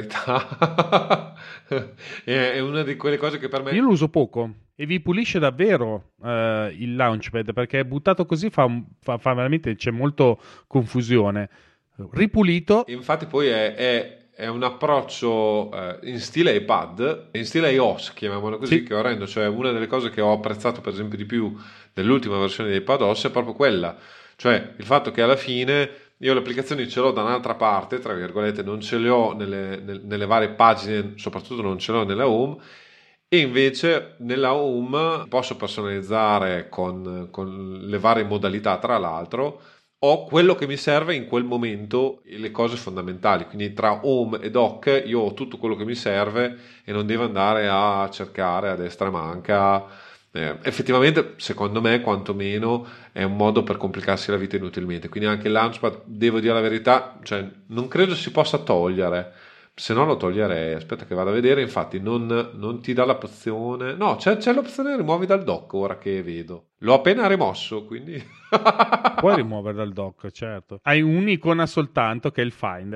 verità, è, è una di quelle cose che per me... Io lo uso poco e vi pulisce davvero eh, il Launchpad, perché buttato così fa, fa, fa veramente, c'è molto confusione. Ripulito. Infatti poi è, è- è un approccio eh, in stile iPad, in stile iOS, chiamiamolo così, Sì, che ho rendo, cioè una delle cose che ho apprezzato per esempio di più dell'ultima versione di iPadOS è proprio quella, cioè il fatto che alla fine io le applicazioni ce l'ho da un'altra parte, tra virgolette, non ce le ho nelle, nel- nelle varie pagine, soprattutto non ce l'ho nella home, e invece nella home posso personalizzare con, con le varie modalità, tra l'altro ho quello che mi serve in quel momento e le cose fondamentali. Quindi tra home e dock io ho tutto quello che mi serve e non devo andare a cercare a destra e manca. Eh, effettivamente, secondo me, quantomeno è un modo per complicarsi la vita inutilmente. Quindi anche il Launchpad, devo dire la verità, cioè, non credo si possa togliere. Se no lo toglierei. Aspetta che vado a vedere. Infatti, non, non ti dà l'opzione. No, c'è, c'è l'opzione rimuovi dal dock ora che vedo. L'ho appena rimosso, quindi. puoi rimuovere dal dock, certo. Hai un'icona soltanto che è il Finder.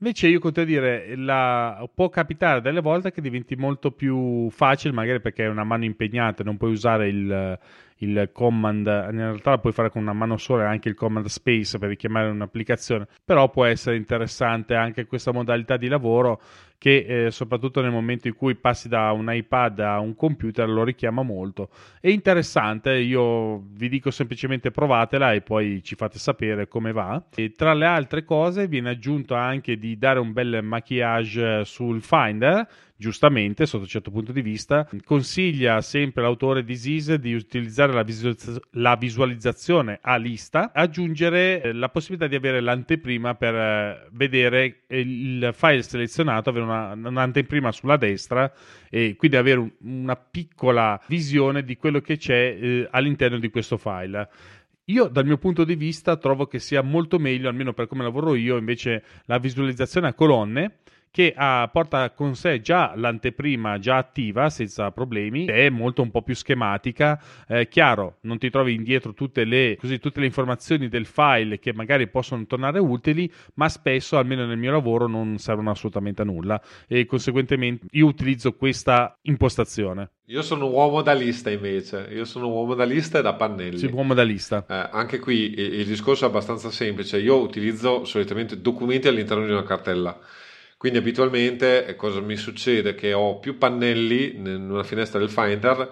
Invece io continuo a dire, la, può capitare delle volte che diventi molto più facile, magari perché è una mano impegnata, non puoi usare il, il command, in realtà la puoi fare con una mano sola, anche il command space per richiamare un'applicazione, però può essere interessante anche questa modalità di lavoro che eh, soprattutto nel momento in cui passi da un iPad a un computer lo richiama molto. È interessante, io vi dico semplicemente provatela e poi ci fate sapere come va. E tra le altre cose viene aggiunto anche di dare un bel maquillage sul Finder, giustamente sotto un certo punto di vista. Consiglia sempre l'autore di Ziz di utilizzare la, visualizz- la visualizzazione a lista, aggiungere eh, la possibilità di avere l'anteprima per eh, vedere il file selezionato, avere una, un'anteprima sulla destra e quindi avere un, una piccola visione di quello che c'è eh, all'interno di questo file. Io dal mio punto di vista trovo che sia molto meglio, almeno per come lavoro io, invece la visualizzazione a colonne, che ha, porta con sé già l'anteprima già attiva senza problemi, è molto un po' più schematica. Eh, chiaro, non ti trovi indietro tutte le, così, tutte le informazioni del file che magari possono tornare utili, ma spesso, almeno nel mio lavoro, non servono assolutamente a nulla e conseguentemente io utilizzo questa impostazione. Io sono un uomo da lista invece, io sono un uomo da lista e da pannelli. Sì, uomo da lista. Eh, anche qui il, il discorso è abbastanza semplice, io utilizzo solitamente documenti all'interno di una cartella. Quindi abitualmente eh, cosa mi succede? Che ho più pannelli in una finestra del Finder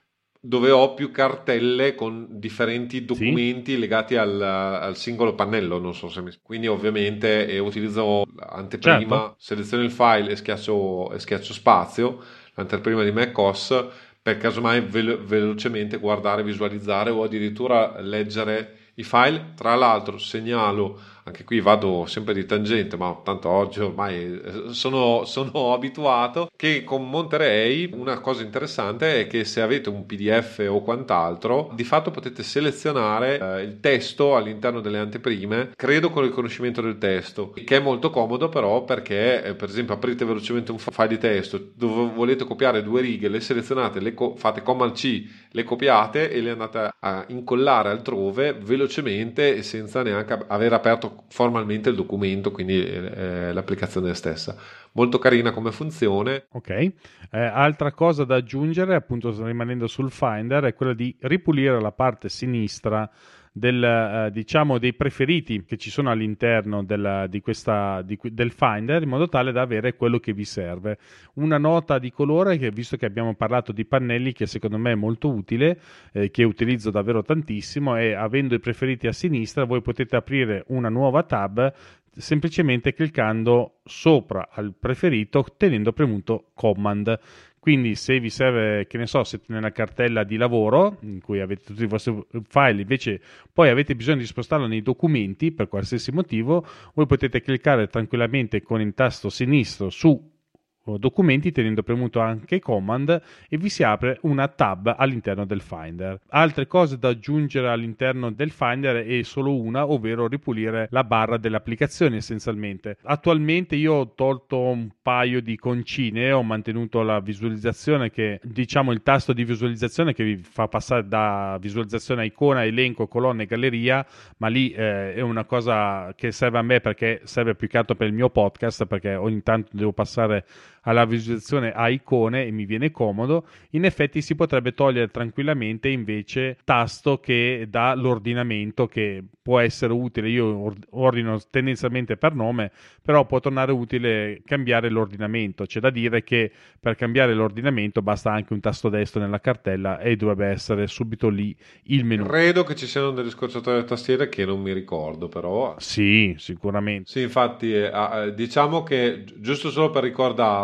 dove ho più cartelle con differenti documenti sì, legati al, al singolo pannello, non so se mi... Quindi ovviamente eh, utilizzo anteprima, certo, seleziono il file e schiaccio, e schiaccio spazio, l'anteprima di macOS, per casomai velo- velocemente guardare, visualizzare o addirittura leggere i file. Tra l'altro segnalo, anche qui vado sempre di tangente, ma tanto oggi ormai sono, sono abituato, che con Monterey una cosa interessante è che se avete un P D F o quant'altro, di fatto potete selezionare eh, il testo all'interno delle anteprime, credo con il riconoscimento del testo, che è molto comodo però perché eh, per esempio aprite velocemente un file di testo dove volete copiare due righe, le selezionate, le co- fate Command C, le copiate e le andate a incollare altrove velocemente e senza neanche aver aperto formalmente il documento, quindi eh, l'applicazione stessa. Molto carina come funzione. Ok, eh, altra cosa da aggiungere, appunto rimanendo sul Finder, è quella di ripulire la parte sinistra del, eh, diciamo dei preferiti che ci sono all'interno della, di questa, di, del Finder, in modo tale da avere quello che vi serve. Una nota di colore, che visto che abbiamo parlato di pannelli, che secondo me è molto utile, eh, che utilizzo davvero tantissimo, è avendo i preferiti a sinistra voi potete aprire una nuova tab semplicemente cliccando sopra al preferito tenendo premuto Command. Quindi se vi serve, che ne so, siete nella cartella di lavoro in cui avete tutti i vostri file, invece poi avete bisogno di spostarlo nei documenti per qualsiasi motivo, voi potete cliccare tranquillamente con il tasto sinistro su documenti tenendo premuto anche Command e vi si apre una tab all'interno del Finder. Altre cose da aggiungere all'interno del Finder è solo una, ovvero ripulire la barra delle applicazioni essenzialmente. Attualmente io ho tolto un paio di concine, ho mantenuto la visualizzazione che, diciamo, il tasto di visualizzazione che vi fa passare da visualizzazione a icona, elenco, colonna e galleria, ma lì eh, è una cosa che serve a me perché serve più che altro per il mio podcast, perché ogni tanto devo passare alla visualizzazione a icone e mi viene comodo. In effetti si potrebbe togliere tranquillamente invece tasto che dà l'ordinamento, che può essere utile. Io ordino tendenzialmente per nome, però può tornare utile cambiare l'ordinamento. C'è da dire che per cambiare l'ordinamento basta anche un tasto destro nella cartella e dovrebbe essere subito lì il menu. Credo che ci siano delle scorciatoie alle tastiere che non mi ricordo, però sì, sicuramente. Sì, infatti eh, diciamo che giusto solo per ricordarlo,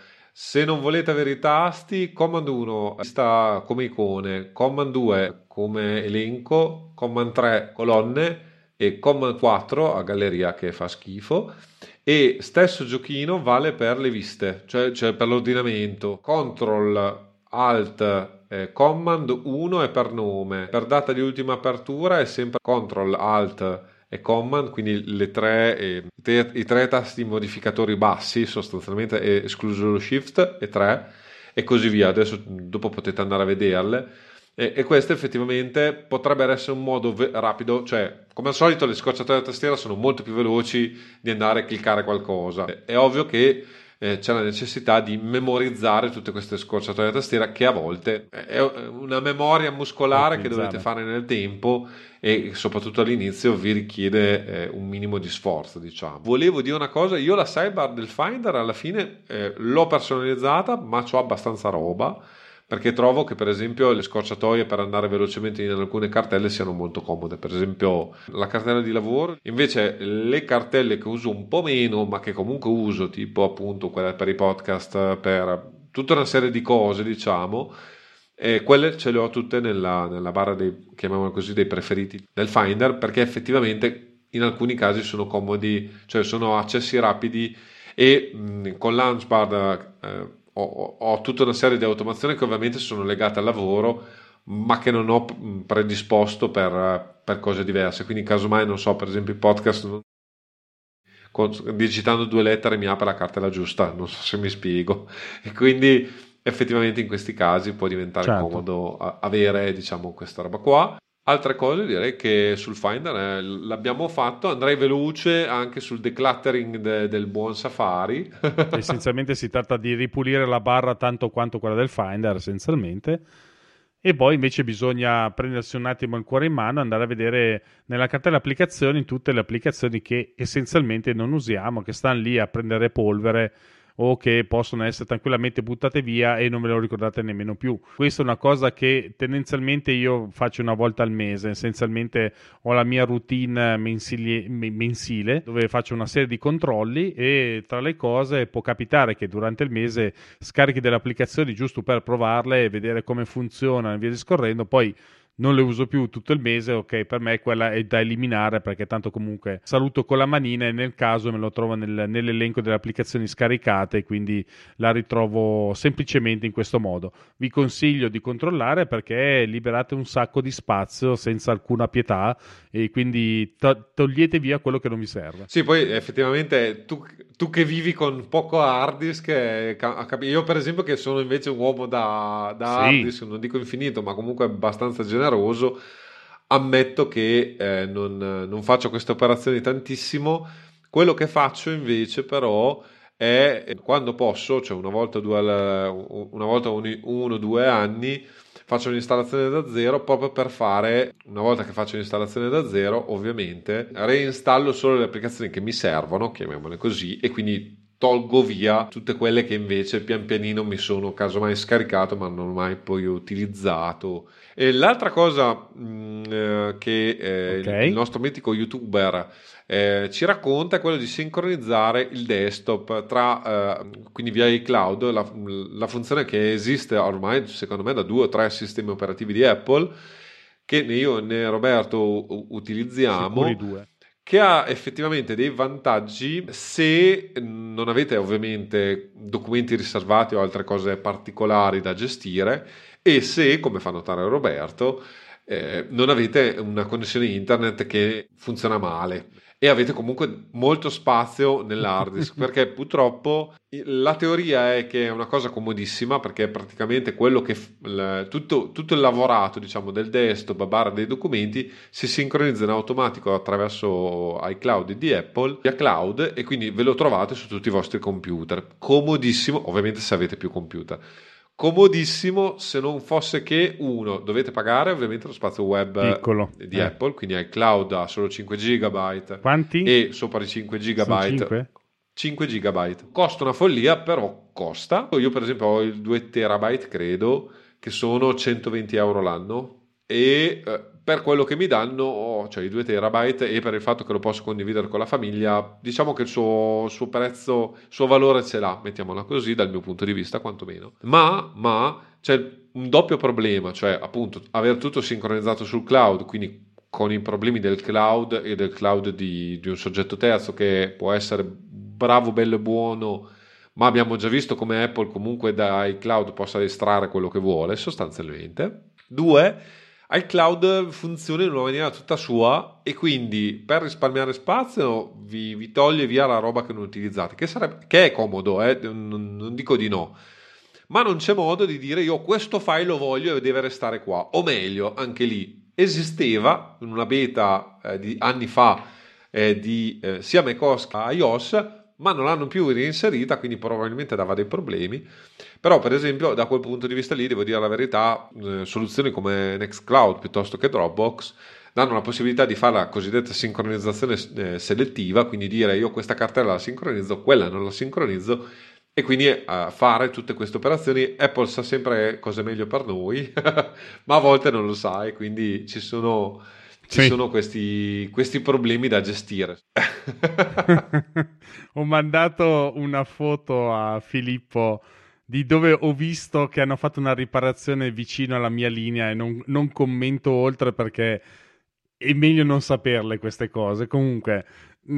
se non volete avere i tasti, Command uno sta come icone, Command due come elenco, Command tre colonne e Command quattro a galleria, che fa schifo. E stesso giochino vale per le viste, cioè, cioè per l'ordinamento. Control Alt eh, Command uno è per nome, per data di ultima apertura è sempre Control Alt e Command, quindi le tre, eh, i, tre, i tre tasti modificatori bassi sostanzialmente, escluso lo Shift e tre, e così via. Adesso dopo potete andare a vederle. E, e questo effettivamente potrebbe essere un modo ve- rapido, cioè come al solito le scorciatoie da tastiera sono molto più veloci di andare a cliccare qualcosa. È, è ovvio che eh, c'è la necessità di memorizzare tutte queste scorciatoie da tastiera che a volte è una memoria muscolare che dovete fare nel tempo e soprattutto all'inizio vi richiede eh, un minimo di sforzo, diciamo. Volevo dire una cosa, io la sidebar del Finder alla fine eh, l'ho personalizzata, ma c'ho abbastanza roba, perché trovo che per esempio le scorciatoie per andare velocemente in alcune cartelle siano molto comode. Per esempio la cartella di lavoro, invece le cartelle che uso un po' meno ma che comunque uso, tipo appunto quelle per i podcast, per tutta una serie di cose, diciamo, e quelle ce le ho tutte nella, nella barra dei, chiamiamola così, dei preferiti del Finder, perché effettivamente in alcuni casi sono comodi, cioè sono accessi rapidi e mh, con Launchpad eh, ho, ho tutta una serie di automazioni che ovviamente sono legate al lavoro, ma che non ho predisposto per, per cose diverse. Quindi casomai, non so, per esempio i podcast, con, digitando due lettere mi apre la cartella giusta, non so se mi spiego. E quindi effettivamente in questi casi può diventare certo. comodo avere, diciamo, questa roba qua. Altre cose direi che sul Finder eh, l'abbiamo fatto, andrei veloce anche sul decluttering de, del buon Safari. Essenzialmente si tratta di ripulire la barra tanto quanto quella del Finder, essenzialmente. E poi invece bisogna prendersi un attimo il cuore in mano e andare a vedere nella cartella applicazioni tutte le applicazioni che essenzialmente non usiamo, che stanno lì a prendere polvere o che possono essere tranquillamente buttate via e non ve lo ricordate nemmeno più. Questa è una cosa che tendenzialmente io faccio una volta al mese. Essenzialmente ho la mia routine mensili- mensile dove faccio una serie di controlli e tra le cose può capitare che durante il mese scarichi delle applicazioni giusto per provarle e vedere come funzionano e via discorrendo. Poi non le uso più tutto il mese, ok, per me quella è da eliminare perché tanto comunque saluto con la manina e nel caso me lo trovo nel, nell'elenco delle applicazioni scaricate, quindi la ritrovo semplicemente in questo modo. Vi consiglio di controllare perché liberate un sacco di spazio senza alcuna pietà e quindi to- togliete via quello che non vi serve. Sì, poi effettivamente tu, tu che vivi con poco hard disk, eh, ca- capi- io per esempio che sono invece un uomo da, da hard Sì, disk, non dico infinito, ma comunque abbastanza generoso, ammetto che eh, non, non faccio queste operazioni tantissimo. Quello che faccio invece però è eh, quando posso, cioè una volta, due al- una volta ogni uno o due anni, faccio un'installazione da zero proprio per fare, una volta che faccio l'installazione da zero, ovviamente reinstallo solo le applicazioni che mi servono, chiamiamole così, e quindi tolgo via tutte quelle che invece pian pianino mi sono casomai scaricato ma non ho mai poi utilizzato. E l'altra cosa mh, eh, che eh, il, il ok. nostro mitico youtuber eh, ci racconta è quello di sincronizzare il desktop tra, eh, quindi via iCloud, la, la funzione che esiste ormai secondo me da due o tre sistemi operativi di Apple che né io né Roberto u- Sicuri utilizziamo, due. che ha effettivamente dei vantaggi se non avete ovviamente documenti riservati o altre cose particolari da gestire e se, come fa notare Roberto, eh, non avete una connessione internet che funziona male e avete comunque molto spazio nell'hard disk perché purtroppo la teoria è che è una cosa comodissima perché praticamente quello che il, tutto, tutto il lavorato diciamo del desktop barra dei documenti si sincronizza in automatico attraverso iCloud di Apple via cloud e quindi ve lo trovate su tutti i vostri computer, comodissimo ovviamente se avete più computer. Comodissimo se non fosse che uno, dovete pagare ovviamente lo spazio web Piccolo. di Eh. Apple, quindi iCloud ha solo cinque giga Quanti? e sopra i cinque Sono giga cinque? cinque giga. Costa una follia, però costa. Io per esempio ho il due terabyte, credo, che sono centoventi euro l'anno e eh, per quello che mi danno, ho, cioè i due terabyte e per il fatto che lo posso condividere con la famiglia, diciamo che il suo, suo prezzo, il suo valore ce l'ha, mettiamola così, dal mio punto di vista quantomeno. Ma, ma c'è un doppio problema, cioè appunto aver tutto sincronizzato sul cloud, quindi con i problemi del cloud e del cloud di, di un soggetto terzo che può essere bravo, bello e buono, ma abbiamo già visto come Apple comunque da iCloud possa estrarre quello che vuole sostanzialmente. Due, iCloud funziona in una maniera tutta sua e quindi per risparmiare spazio vi, vi toglie via la roba che non utilizzate, che, sarebbe, che è comodo, eh? non, non dico di no, ma non c'è modo di dire io questo file lo voglio e deve restare qua, o meglio, anche lì esisteva in una beta eh, di anni fa eh, di eh, sia macOS che iOS, ma non l'hanno più reinserita, quindi probabilmente dava dei problemi. Però per esempio da quel punto di vista lì, devo dire la verità, eh, soluzioni come Nextcloud piuttosto che Dropbox danno la possibilità di fare la cosiddetta sincronizzazione eh, selettiva, quindi dire io questa cartella la sincronizzo, quella non la sincronizzo, e quindi eh, fare tutte queste operazioni. Apple sa sempre cosa è meglio per noi, ma a volte non lo sa, e quindi ci sono, ci Sì. sono questi, questi problemi da gestire. Ho mandato una foto a Filippo di dove ho visto che hanno fatto una riparazione vicino alla mia linea e non, non commento oltre perché è meglio non saperle queste cose. Comunque,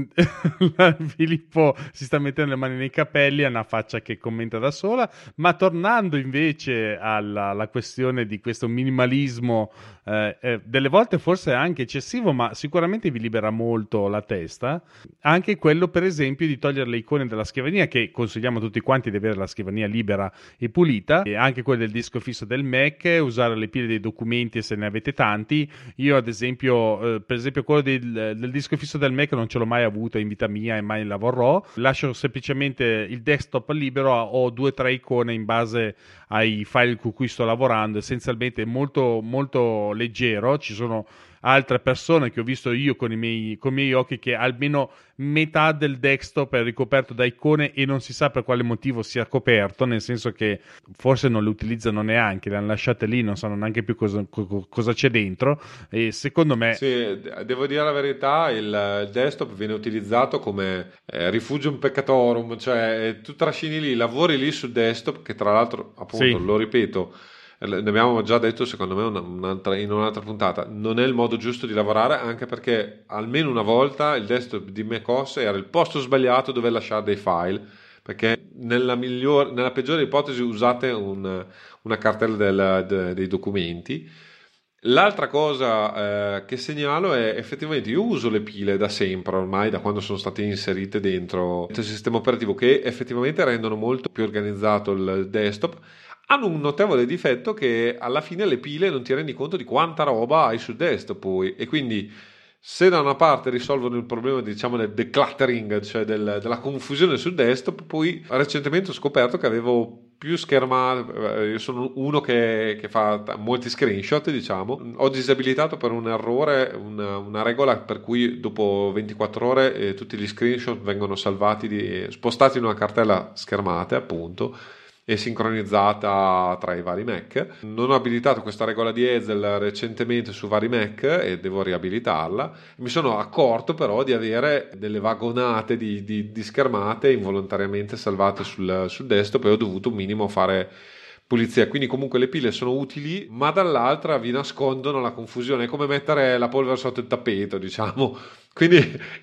Filippo si sta mettendo le mani nei capelli, ha una faccia che commenta da sola. Ma tornando invece alla, alla questione di questo minimalismo, eh, eh, delle volte forse anche eccessivo, ma sicuramente vi libera molto la testa. Anche quello, per esempio, di togliere le icone dalla scrivania, che consigliamo a tutti quanti di avere la scrivania libera e pulita, e anche quello del disco fisso del Mac, usare le pile dei documenti se ne avete tanti. Io ad esempio, eh, per esempio quello del, del disco fisso del Mac non ce l'ho mai avuto in vita mia e mai la vorrò. Lascio semplicemente il desktop libero, ho due o tre icone in base ai file con cui sto lavorando, essenzialmente molto molto leggero. Ci sono altre persone che ho visto io con i miei, con i miei occhi che almeno metà del desktop è ricoperto da icone e non si sa per quale motivo sia coperto, nel senso che forse non le utilizzano neanche, le hanno lasciate lì, non sanno neanche più cosa, cosa c'è dentro. E secondo me sì, devo dire la verità, il desktop viene utilizzato come eh, refugium peccatorum, cioè tu trascini lì, lavori lì sul desktop, che tra l'altro, appunto, sì, lo ripeto, ne abbiamo già detto secondo me una, un'altra, in un'altra puntata, non è il modo giusto di lavorare, anche perché almeno una volta il desktop di macOS era il posto sbagliato dove lasciare dei file, perché nella, miglior, nella peggiore ipotesi usate un, una cartella del, de, dei documenti. L'altra cosa eh, che segnalo è effettivamente io uso le pile da sempre, ormai da quando sono state inserite dentro il sistema operativo, che effettivamente rendono molto più organizzato il desktop. Hanno un notevole difetto che alla fine le pile non ti rendi conto di quanta roba hai sul desktop poi, e quindi se da una parte risolvono il problema, diciamo, del decluttering, cioè del, della confusione sul desktop, poi recentemente ho scoperto che avevo più schermate. Io sono uno che, che fa t- molti screenshot, diciamo. Ho disabilitato per un errore una, una regola per cui dopo ventiquattro ore eh, tutti gli screenshot vengono salvati, di, spostati in una cartella schermate, appunto, e sincronizzata tra i vari Mac. Non ho abilitato questa regola di Hazel recentemente su vari Mac e devo riabilitarla. Mi sono accorto però di avere delle vagonate di, di, di schermate involontariamente salvate sul, sul desktop, e ho dovuto un minimo fare pulizia. Quindi comunque le pile sono utili, ma dall'altra vi nascondono la confusione. È come mettere la polvere sotto il tappeto, diciamo. Quindi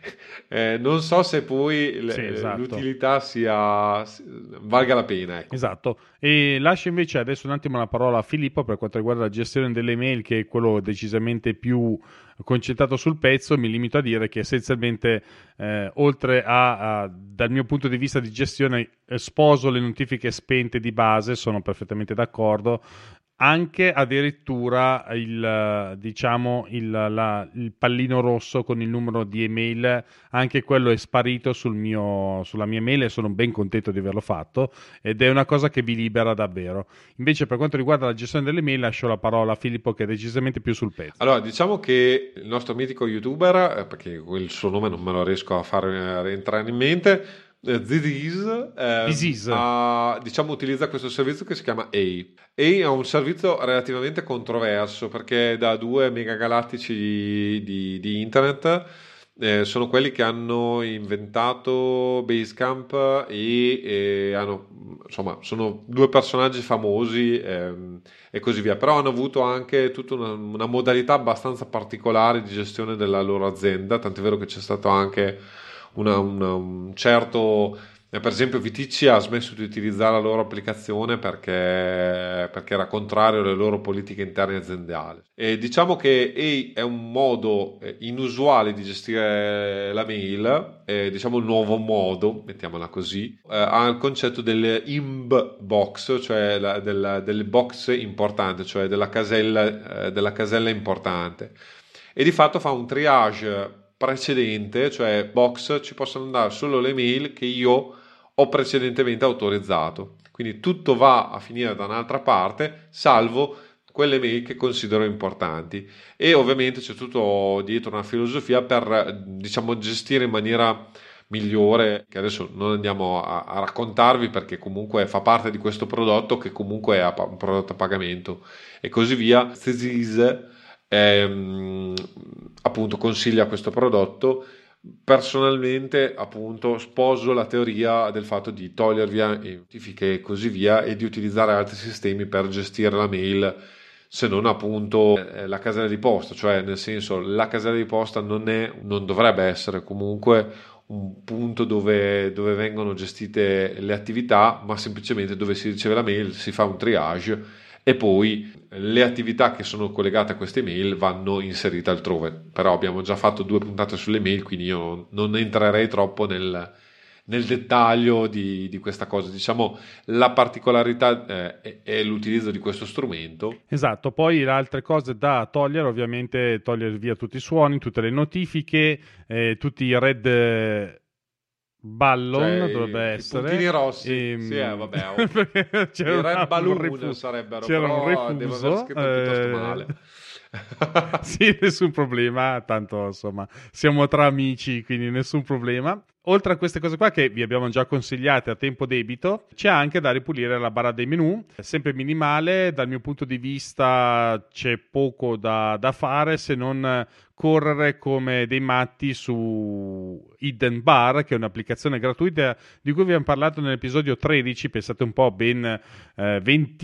eh, non so se poi l- sì, esatto. l'utilità sia valga la pena, ecco. Esatto. E lascio invece adesso un attimo la parola a Filippo per quanto riguarda la gestione delle mail, che è quello decisamente più concentrato sul pezzo. Mi limito a dire che essenzialmente eh, oltre a, a dal mio punto di vista di gestione eh, sposo le notifiche spente di base, sono perfettamente d'accordo. Anche addirittura il, diciamo, il, la, il pallino rosso con il numero di email, anche quello è sparito sul mio, sulla mia mail, e sono ben contento di averlo fatto, ed è una cosa che vi libera davvero. Invece per quanto riguarda la gestione delle mail lascio la parola a Filippo, che è decisamente più sul pezzo. Allora, diciamo che il nostro mitico youtuber, eh, perché il suo nome non me lo riesco a far eh, rientrare in mente, Zidiz, eh, Disease. ha, diciamo, utilizza questo servizio che si chiama A. A è un servizio relativamente controverso perché da due megagalattici di, di, di internet eh, sono quelli che hanno inventato Basecamp e, e hanno, insomma, sono due personaggi famosi ehm, e così via, però hanno avuto anche tutta una, una modalità abbastanza particolare di gestione della loro azienda, tant'è vero che c'è stato anche una, una, un certo Eh, Per esempio, Viticci ha smesso di utilizzare la loro applicazione perché, perché era contrario alle loro politiche interne aziendali. E diciamo che A I è un modo eh, inusuale di gestire la mail, eh, diciamo il nuovo modo, mettiamola così, eh, ha il concetto delle imb box, cioè la- della- delle box importanti, cioè della casella, eh, della casella importante. E di fatto fa un triage precedente, cioè box ci possono andare solo le mail che io ho precedentemente autorizzato. Quindi tutto va a finire da un'altra parte, salvo quelle mail che considero importanti. E ovviamente c'è tutto dietro una filosofia per, diciamo, gestire in maniera migliore, che adesso non andiamo a, a raccontarvi perché comunque fa parte di questo prodotto che comunque è un prodotto a pagamento e così via. Thesis ehm, appunto consiglia questo prodotto. Personalmente, appunto, sposo la teoria del fatto di togliere via le notifiche e così via e di utilizzare altri sistemi per gestire la mail, se non appunto eh, la casella di posta, cioè nel senso la casella di posta non è, non dovrebbe essere comunque un punto dove, dove vengono gestite le attività, ma semplicemente dove si riceve la mail, si fa un triage e poi le attività che sono collegate a queste mail vanno inserite altrove. Però abbiamo già fatto due puntate sulle mail, quindi io non entrerei troppo nel, nel dettaglio di, di questa cosa. Diciamo, la particolarità eh, è, è l'utilizzo di questo strumento. Esatto, poi le altre cose da togliere, ovviamente togliere via tutti i suoni, tutte le notifiche, eh, tutti i red eh, ballon Cioè dovrebbe i, i puntini essere. rossi, sì, eh, ehm, vabbè, oh. perché c'era I una- red un balloon refu- sarebbero, c'era un però devo aver refuso. scritto piuttosto male. eh, Sì, nessun problema, tanto insomma siamo tra amici, quindi nessun problema. Oltre a queste cose qua che vi abbiamo già consigliate a tempo debito, c'è anche da ripulire la barra dei menu, sempre minimale, dal mio punto di vista c'è poco da, da fare se non correre come dei matti su Hidden Bar, che è un'applicazione gratuita di cui vi abbiamo parlato nell'episodio tredici, pensate un po', ben eh,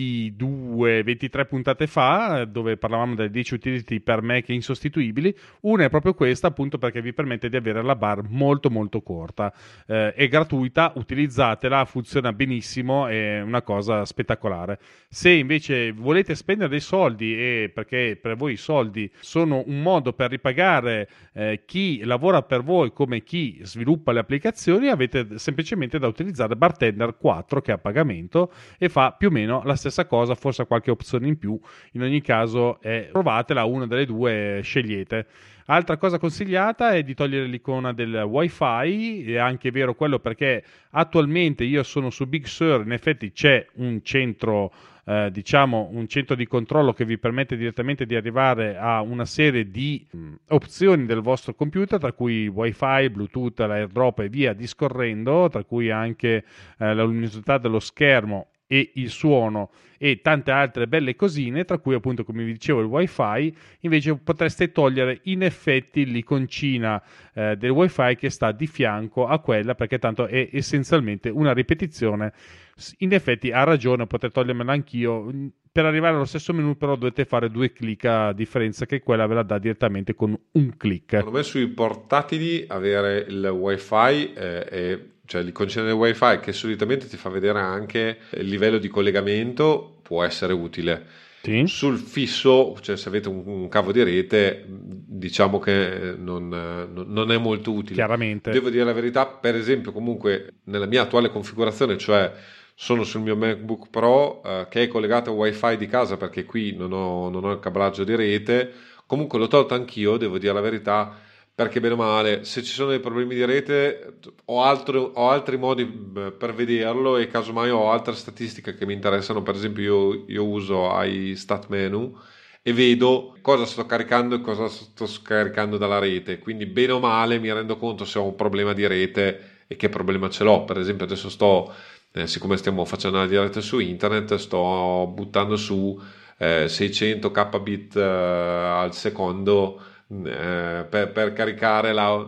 ventidue ventitré puntate fa, dove parlavamo delle dieci utility per Mac insostituibili. Una è proprio questa, appunto perché vi permette di avere la bar molto molto corta. Eh, è gratuita, utilizzatela, funziona benissimo, è una cosa spettacolare. Se invece volete spendere dei soldi, e perché per voi i soldi sono un modo per ripagare eh, chi lavora per voi come chi sviluppa le applicazioni, avete semplicemente da utilizzare Bartender quattro, che è a pagamento e fa più o meno la stessa cosa, forse ha qualche opzione in più. In ogni caso è, provatela, una delle due scegliete. Altra cosa consigliata è di togliere l'icona del wifi, è anche vero quello perché attualmente io sono su Big Sur, in effetti c'è un centro eh, diciamo un centro di controllo che vi permette direttamente di arrivare a una serie di mh, opzioni del vostro computer, tra cui wifi, bluetooth, l'airdrop e via discorrendo, tra cui anche eh, la luminosità dello schermo e il suono e tante altre belle cosine, tra cui appunto, come vi dicevo, il wifi. Invece potreste togliere in effetti l'iconcina eh, del wifi che sta di fianco a quella, perché tanto è essenzialmente una ripetizione. In effetti ha ragione, potrei togliermela anch'io. Per arrivare allo stesso menu però dovete fare due clic, a differenza che quella ve la dà direttamente con un clic. Secondo me sui portatili avere il wifi eh, è cioè l'iconcina del wifi che solitamente ti fa vedere anche il livello di collegamento può essere utile. Sì. Sul fisso, cioè se avete un, un cavo di rete, diciamo che non, non è molto utile. Chiaramente. Devo dire la verità, per esempio, comunque nella mia attuale configurazione, cioè sono sul mio MacBook Pro eh, che è collegato al wifi di casa perché qui non ho, non ho il cablaggio di rete. Comunque l'ho tolto anch'io, devo dire la verità, perché bene o male, se ci sono dei problemi di rete, ho, altro, ho altri modi per vederlo e casomai ho altre statistiche che mi interessano. Per esempio, io, io uso iStat Menu e vedo cosa sto caricando e cosa sto scaricando dalla rete. Quindi, bene o male, mi rendo conto se ho un problema di rete e che problema ce l'ho. Per esempio, adesso sto, eh, siccome stiamo facendo la diretta su internet, sto buttando su eh, seicento kbit eh, al secondo. Eh, per, per caricare la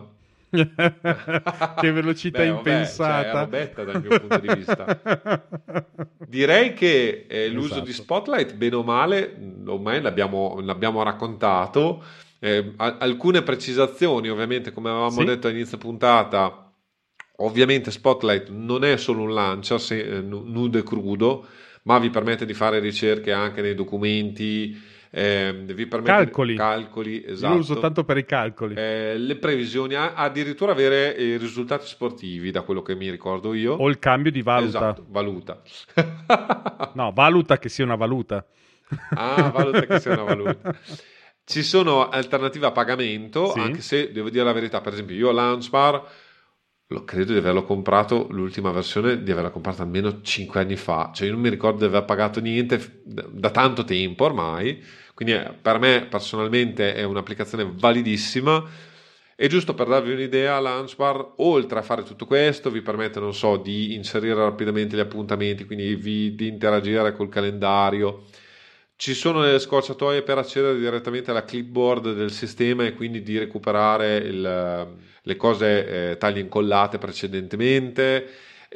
che velocità Beh, vabbè, impensata, cioè, è robetta dal mio punto di vista. Direi che eh, l'uso esatto. di Spotlight bene o male ormai l'abbiamo, l'abbiamo raccontato. Eh, a- alcune precisazioni ovviamente, come avevamo Sì. detto a inizio puntata, Ovviamente Spotlight non è solo un launcher se, eh, nudo e crudo, ma vi permette di fare ricerche anche nei documenti, eh, vi permette Calcoli. calcoli, Io lo uso esatto, tanto per i calcoli. eh, le previsioni, a- addirittura avere i risultati sportivi, da quello che mi ricordo O io. il cambio di valuta. Esatto, valuta. No, valuta che sia una valuta. Ah, valuta che sia una valuta. Ci sono alternative a pagamento, Sì. anche se devo dire la verità, per esempio io Launchbar lo credo di averlo comprato, l'ultima versione di averla comprata almeno cinque anni fa, cioè io non mi ricordo di aver pagato niente f- da, da tanto tempo ormai, quindi eh, per me personalmente è un'applicazione validissima. E giusto per darvi un'idea, Launchbar, oltre a fare tutto questo, vi permette, non so, di inserire rapidamente gli appuntamenti, quindi vi- di interagire col calendario. Ci sono delle scorciatoie per accedere direttamente alla clipboard del sistema e quindi di recuperare il- le cose eh, taglie incollate precedentemente.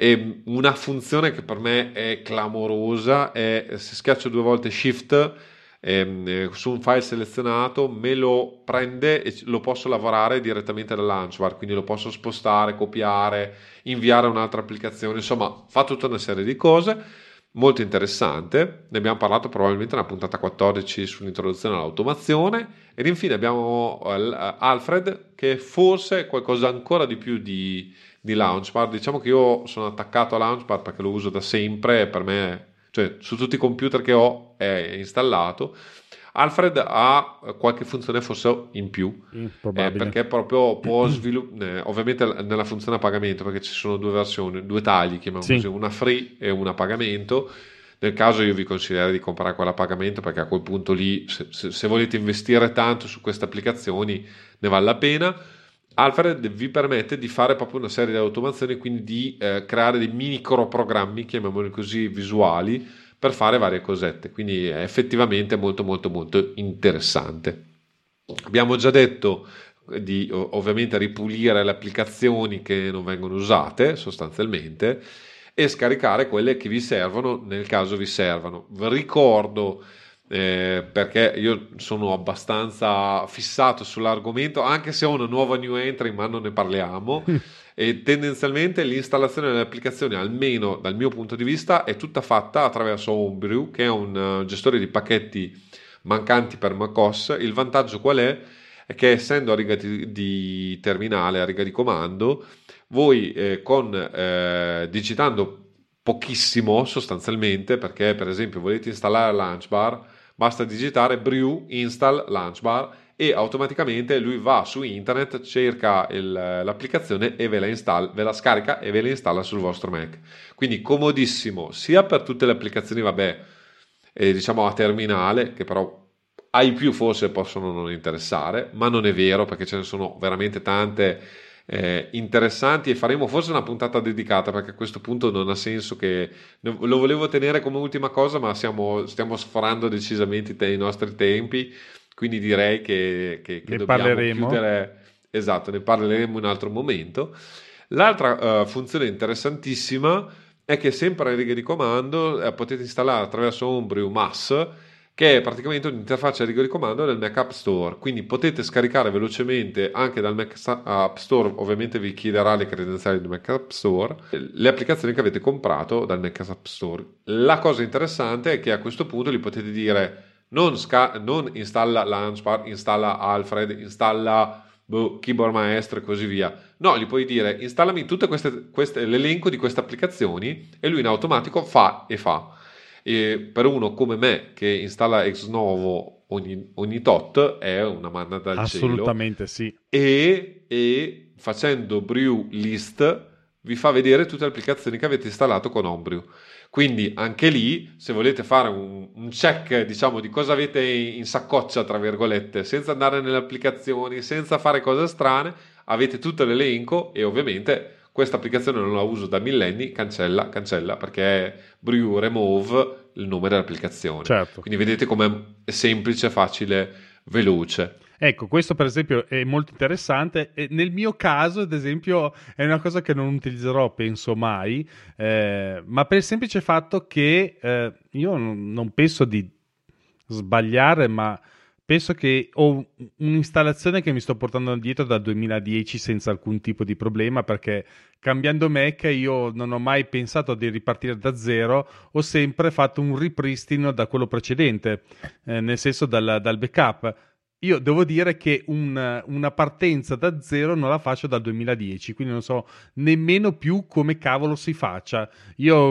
E una funzione che per me è clamorosa è se schiaccio due volte Shift ehm, eh, su un file selezionato, me lo prende e lo posso lavorare direttamente dal launchbar, quindi lo posso spostare, copiare, inviare a un'altra applicazione, insomma fa tutta una serie di cose. Molto interessante, ne abbiamo parlato probabilmente nella puntata quattordici sull'introduzione all'automazione ed infine abbiamo eh, Alfred che forse è qualcosa ancora di più di, di Launchpad. Diciamo che io sono attaccato a Launchpad perché lo uso da sempre e per me, cioè su tutti i computer che ho è installato. Alfred ha qualche funzione forse in più, Mm, eh, probabile. perché proprio può sviluppare, ovviamente nella funzione a pagamento, perché ci sono due versioni, due tagli, chiamiamo Sì. così, una free e una a pagamento. Nel caso io vi consiglierei di comprare quella a pagamento perché a quel punto lì, se, se- se volete investire tanto su queste applicazioni, ne vale la pena. Alfred vi permette di fare proprio una serie di automazioni, quindi di eh, creare dei microprogrammi, chiamiamoli così, visuali, per fare varie cosette. Quindi è effettivamente molto molto molto interessante. Abbiamo già detto di ovviamente ripulire le applicazioni che non vengono usate sostanzialmente e scaricare quelle che vi servono nel caso vi servano. Vi ricordo eh, perché io sono abbastanza fissato sull'argomento, anche se ho una nuova new entry, ma non ne parliamo. E tendenzialmente l'installazione delle applicazioni, almeno dal mio punto di vista, è tutta fatta attraverso Homebrew, che è un uh, gestore di pacchetti mancanti per macOS. Il vantaggio qual è? È che essendo a riga di, di terminale, a riga di comando, voi eh, con eh, digitando pochissimo sostanzialmente, perché per esempio volete installare Launchbar, basta digitare brew install Launchbar e automaticamente lui va su internet, cerca il, l'applicazione e ve la, installa, ve la scarica e ve la installa sul vostro Mac. Quindi comodissimo sia per tutte le applicazioni, vabbè, eh, diciamo a terminale, che però ai più forse possono non interessare, ma non è vero perché ce ne sono veramente tante eh, interessanti e faremo forse una puntata dedicata perché a questo punto non ha senso che lo volevo tenere come ultima cosa, ma siamo, stiamo sforando decisamente i nostri tempi, quindi direi che, che, che Ne dobbiamo parleremo. chiudere. Esatto, ne parleremo in un altro momento. L'altra uh, funzione interessantissima è che sempre a righe di comando eh, potete installare attraverso Homebrew M A S, che è praticamente un'interfaccia a righe di comando del Mac App Store, quindi potete scaricare velocemente anche dal Mac App Store, ovviamente vi chiederà le credenziali del Mac App Store, le applicazioni che avete comprato dal Mac App Store. La cosa interessante è che a questo punto gli potete dire non, sca- non installa Launchpad, installa Alfred, installa boh, Keyboard Maestro e così via. No, gli puoi dire installami tutte queste, queste, l'elenco di queste applicazioni e lui in automatico fa e fa. E per uno come me che installa ex novo ogni, ogni tot è una manna dal cielo Assolutamente sì. e, e facendo brew list vi fa vedere tutte le applicazioni che avete installato con Homebrew. Quindi anche lì, se volete fare un, un check, diciamo, di cosa avete in saccoccia, tra virgolette, senza andare nelle applicazioni, senza fare cose strane, avete tutto l'elenco e ovviamente questa applicazione non la uso da millenni, cancella, cancella, perché è brew remove il nome dell'applicazione. Certo. Quindi vedete com'è semplice, facile, veloce. Ecco, questo per esempio è molto interessante. E nel mio caso, ad esempio, è una cosa che non utilizzerò, penso mai, eh, ma per il semplice fatto che eh, io non, non penso di sbagliare, ma penso che ho un'installazione che mi sto portando dietro dal duemiladieci senza alcun tipo di problema, perché cambiando Mac io non ho mai pensato di ripartire da zero, ho sempre fatto un ripristino da quello precedente, eh, nel senso dal, dal backup. Io devo dire che un- una partenza da zero non la faccio dal duemiladieci, quindi non so nemmeno più come cavolo si faccia. Io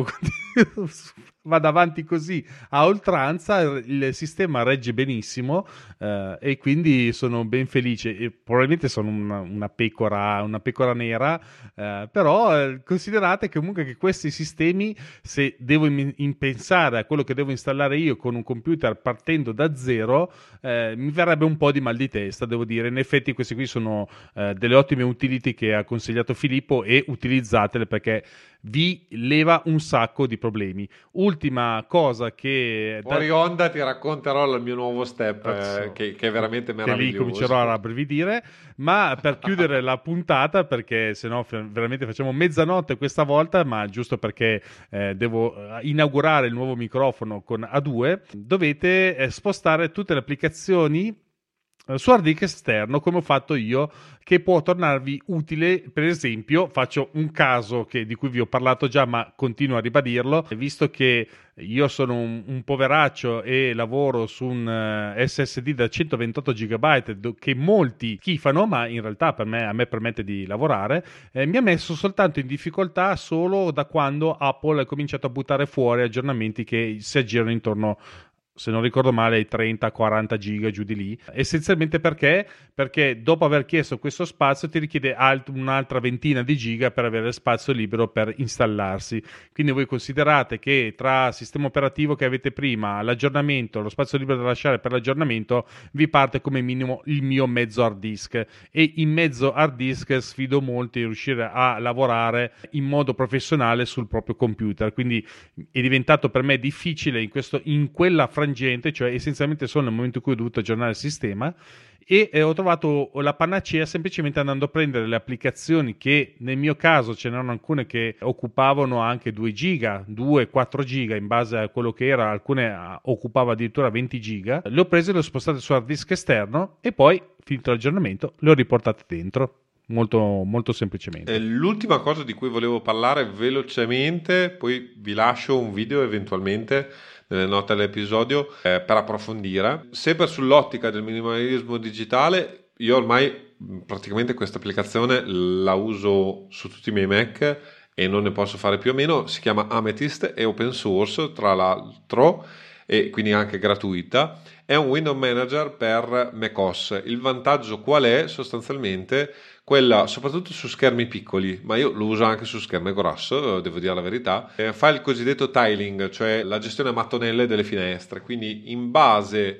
vado avanti così a oltranza, il sistema regge benissimo, eh, e quindi sono ben felice. E probabilmente sono una, una pecora, una pecora nera, eh, però eh, considerate comunque che questi sistemi, se devo in- in pensare a quello che devo installare io con un computer partendo da zero, eh, mi verrebbe un po' di mal di testa, devo dire. In effetti queste qui sono eh, delle ottime utility che ha consigliato Filippo, e utilizzatele perché vi leva un sacco di problemi. Ultima cosa che Fuori onda ti racconterò il mio nuovo step, eh, Cazzo, che, che è veramente che lì meraviglioso. comincerò a rabbrividire, ma per chiudere la puntata, perché sennò f- veramente facciamo mezzanotte questa volta, ma giusto perché eh, devo eh, inaugurare il nuovo microfono con A due, dovete eh, spostare tutte le applicazioni eh, su hard disk esterno, come ho fatto io, che può tornarvi utile. Per esempio, faccio un caso che- di cui vi ho parlato già, ma continuo a ribadirlo, visto che io sono un, un poveraccio e lavoro su un eh, S S D da centoventotto giga do- che molti schifano, ma in realtà per me, a me permette di lavorare. Eh, mi ha messo soltanto in difficoltà solo da quando Apple ha cominciato a buttare fuori aggiornamenti che si aggirano intorno, se non ricordo male, ai trenta quaranta giga, giù di lì. Essenzialmente perché? Perché dopo aver chiesto questo spazio ti richiede alt- un'altra ventina di giga per avere spazio libero per installarsi. Quindi voi considerate che tra sistema operativo che avete prima, l'aggiornamento, lo spazio libero da lasciare per l'aggiornamento, vi parte come minimo il mio mezzo hard disk, e in mezzo hard disk sfido molti a riuscire a lavorare in modo professionale sul proprio computer. Quindi è diventato per me difficile in, questo, in quella frangente, cioè essenzialmente solo nel momento in cui ho dovuto aggiornare il sistema, e eh, ho trovato la panacea semplicemente andando a prendere le applicazioni che nel mio caso ce n'erano alcune che occupavano anche due giga, due quattro giga in base a quello che era, alcune ah, occupava addirittura venti giga, le ho prese, le ho spostate su hard disk esterno e poi, finito l'aggiornamento, le ho riportate dentro. Molto, molto semplicemente. Eh, L'ultima cosa di cui volevo parlare velocemente, poi vi lascio un video eventualmente nelle note dell'episodio eh, per approfondire. Sempre sull'ottica del minimalismo digitale, io ormai mh, praticamente questa applicazione la uso su tutti i miei Mac e non ne posso fare più o meno. Si chiama Amethyst, è open source tra l'altro, e quindi anche gratuita. È un window manager per macOS. Il vantaggio qual è? Sostanzialmente quella, soprattutto su schermi piccoli, ma io lo uso anche su schermo grosso, devo dire la verità, eh, fa il cosiddetto tiling, cioè la gestione a mattonelle delle finestre. Quindi in base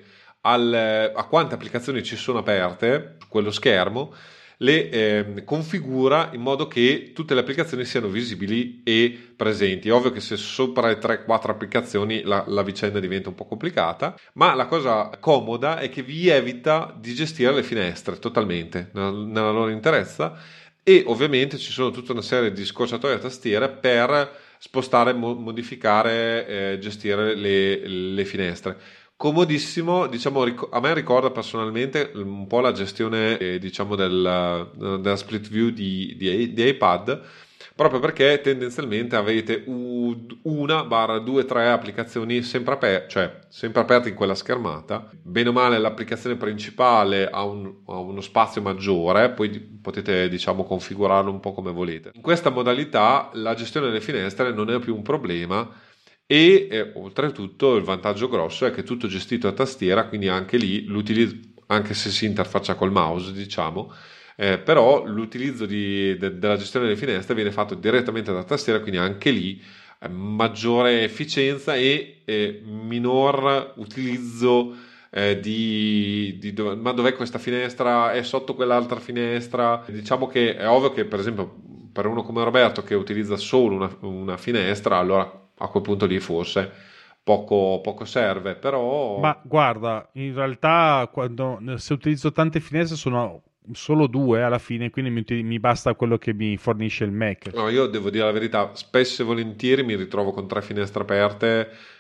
al, a quante applicazioni ci sono aperte su quello schermo, le eh, configura in modo che tutte le applicazioni siano visibili e presenti. È ovvio che se sopra le tre quattro applicazioni la, la vicenda diventa un po' complicata, ma la cosa comoda è che vi evita di gestire le finestre totalmente nella, nella loro interezza, e ovviamente ci sono tutta una serie di scorciatoie a tastiere per spostare, mo- modificare, eh, gestire le, le finestre. Comodissimo, diciamo, ric- a me ricorda personalmente un po' la gestione, eh, diciamo, del- della split view di, di, di iPad, proprio perché tendenzialmente avete u- una barra due tre applicazioni sempre aperte, cioè sempre aperte in quella schermata. Bene o male l'applicazione principale ha, un- ha uno spazio maggiore, poi di- potete, diciamo, configurarlo un po' come volete. In questa modalità la gestione delle finestre non è più un problema. E eh, oltretutto il vantaggio grosso è che è tutto gestito a tastiera, quindi anche lì l'utilizzo, anche se si interfaccia col mouse, diciamo, eh, però l'utilizzo di- de- della gestione delle finestre viene fatto direttamente da tastiera, quindi anche lì eh, maggiore efficienza e eh, minor utilizzo eh, di, di dove- ma dov'è questa finestra? È sotto quell'altra finestra? Diciamo che è ovvio che, per esempio, per uno come Roberto che utilizza solo una, una finestra, allora a quel punto lì forse poco, poco serve, però Ma guarda, in realtà quando, se utilizzo tante finestre sono solo due alla fine, quindi mi, uti- mi basta quello che mi fornisce il Mac. no, io devo dire la verità, spesso e volentieri mi ritrovo con tre finestre aperte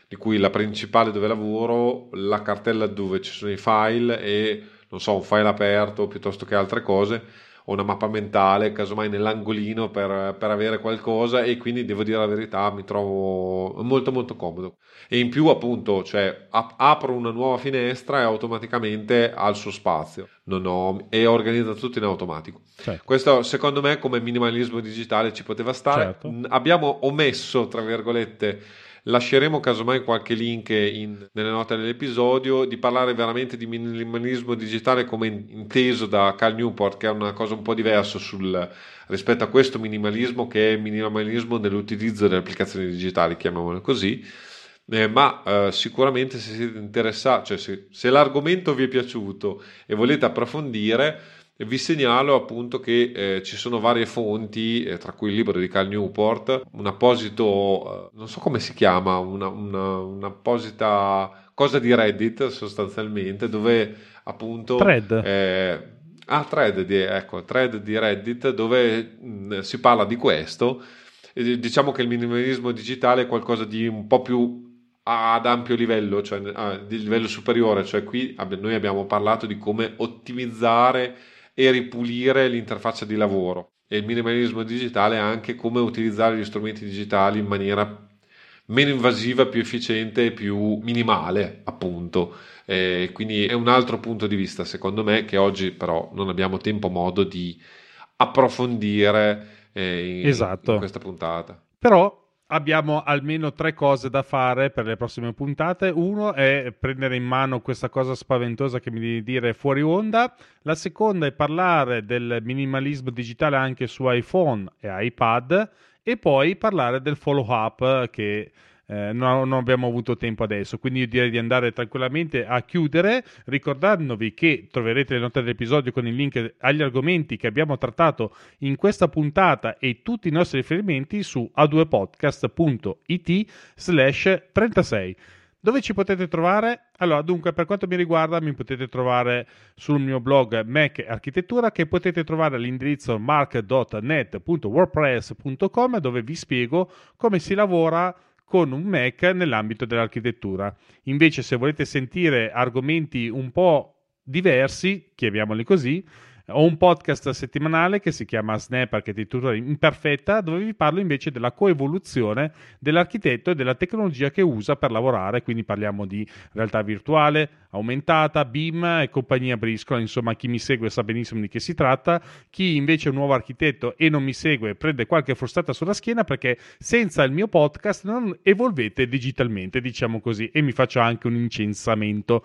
di cui la principale dove lavoro, la cartella dove ci sono i file e non so, un file aperto piuttosto che altre cose, o una mappa mentale, casomai nell'angolino per, per avere qualcosa, e quindi devo dire la verità, mi trovo molto molto comodo. E in più appunto, cioè ap- apro una nuova finestra e automaticamente ha il suo spazio, non ho, è organizzato tutto in automatico. Certo. Questo secondo me come minimalismo digitale ci poteva stare. Certo. Abbiamo omesso, tra virgolette, lasceremo casomai qualche link in, nelle note dell'episodio, di parlare veramente di minimalismo digitale come inteso da Cal Newport, che è una cosa un po' diversa sul, rispetto a questo minimalismo, che è minimalismo nell'utilizzo delle applicazioni digitali, chiamiamolo così. Eh, ma eh, sicuramente se siete interessati, cioè se, se l'argomento vi è piaciuto e volete approfondire, vi segnalo appunto che eh, ci sono varie fonti, eh, tra cui il libro di Cal Newport, un apposito, eh, non so come si chiama, una, una, un'apposita cosa di Reddit sostanzialmente, dove appunto... Thread. Eh, ah, thread di, ecco, thread di Reddit, dove mh, si parla di questo. E diciamo che il minimalismo digitale è qualcosa di un po' più ad ampio livello, cioè a, di livello superiore, cioè qui ab- noi abbiamo parlato di come ottimizzare e ripulire l'interfaccia di lavoro, e il minimalismo digitale è anche come utilizzare gli strumenti digitali in maniera meno invasiva, più efficiente e più minimale, appunto. E quindi è un altro punto di vista, secondo me, che oggi però non abbiamo tempo o modo di approfondire eh, in, Esatto. in questa puntata. Però abbiamo almeno tre cose da fare per le prossime puntate. Uno è prendere in mano questa cosa spaventosa che mi devi dire fuori onda. La seconda è parlare del minimalismo digitale anche su iPhone e iPad, e poi parlare del follow up che eh, no, non abbiamo avuto tempo adesso, quindi io direi di andare tranquillamente a chiudere, ricordandovi che troverete le note dell'episodio con il link agli argomenti che abbiamo trattato in questa puntata e tutti i nostri riferimenti su a due podcast punto it slash trentasei. Dove ci potete trovare? Allora, dunque, per quanto mi riguarda, mi potete trovare sul mio blog Mac Architettura, che potete trovare all'indirizzo mark punto net punto wordpress punto com, dove vi spiego come si lavora con un Mac nell'ambito dell'architettura. Invece, se volete sentire argomenti un po' diversi, chiamiamoli così, ho un podcast settimanale che si chiama Snap Architettura Imperfetta, dove vi parlo invece della coevoluzione dell'architetto e della tecnologia che usa per lavorare, quindi parliamo di realtà virtuale, aumentata, B I M e compagnia briscola. Insomma, chi mi segue sa benissimo di che si tratta. Chi invece è un nuovo architetto e non mi segue prende qualche frustata sulla schiena, perché senza il mio podcast non evolvete digitalmente, diciamo così, e mi faccio anche un incensamento.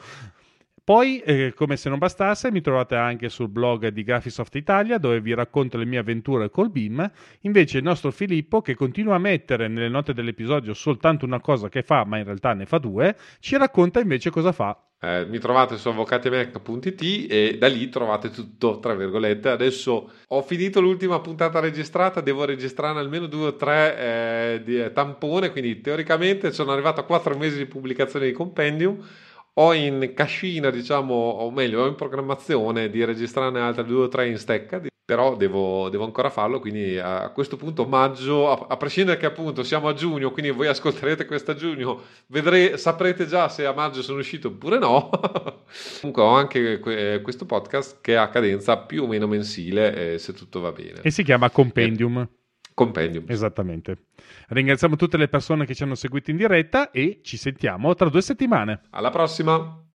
Poi, eh, come se non bastasse, mi trovate anche sul blog di Graphisoft Italia, dove vi racconto le mie avventure col B I M. Invece il nostro Filippo, che continua a mettere nelle note dell'episodio soltanto una cosa che fa, ma in realtà ne fa due, ci racconta invece cosa fa. Eh, mi trovate su avvocatimac punto it e da lì trovate tutto, tra virgolette. Adesso ho finito l'ultima puntata registrata, devo registrare almeno due o tre eh, di eh, tampone, quindi teoricamente sono arrivato a quattro mesi di pubblicazione di compendium. Ho in cascina, diciamo, o meglio, ho in programmazione di registrarne altre due o tre in stecca, però devo, devo ancora farlo, quindi a questo punto maggio, a, a prescindere che appunto siamo a giugno, quindi voi ascolterete questo a giugno, vedrete, saprete già se a maggio sono uscito oppure no. Comunque ho anche que- questo podcast che ha cadenza più o meno mensile, eh, se tutto va bene. E si chiama Compendium. Eh, Compendium. Esattamente. Ringraziamo tutte le persone che ci hanno seguito in diretta e ci sentiamo tra due settimane. Alla prossima!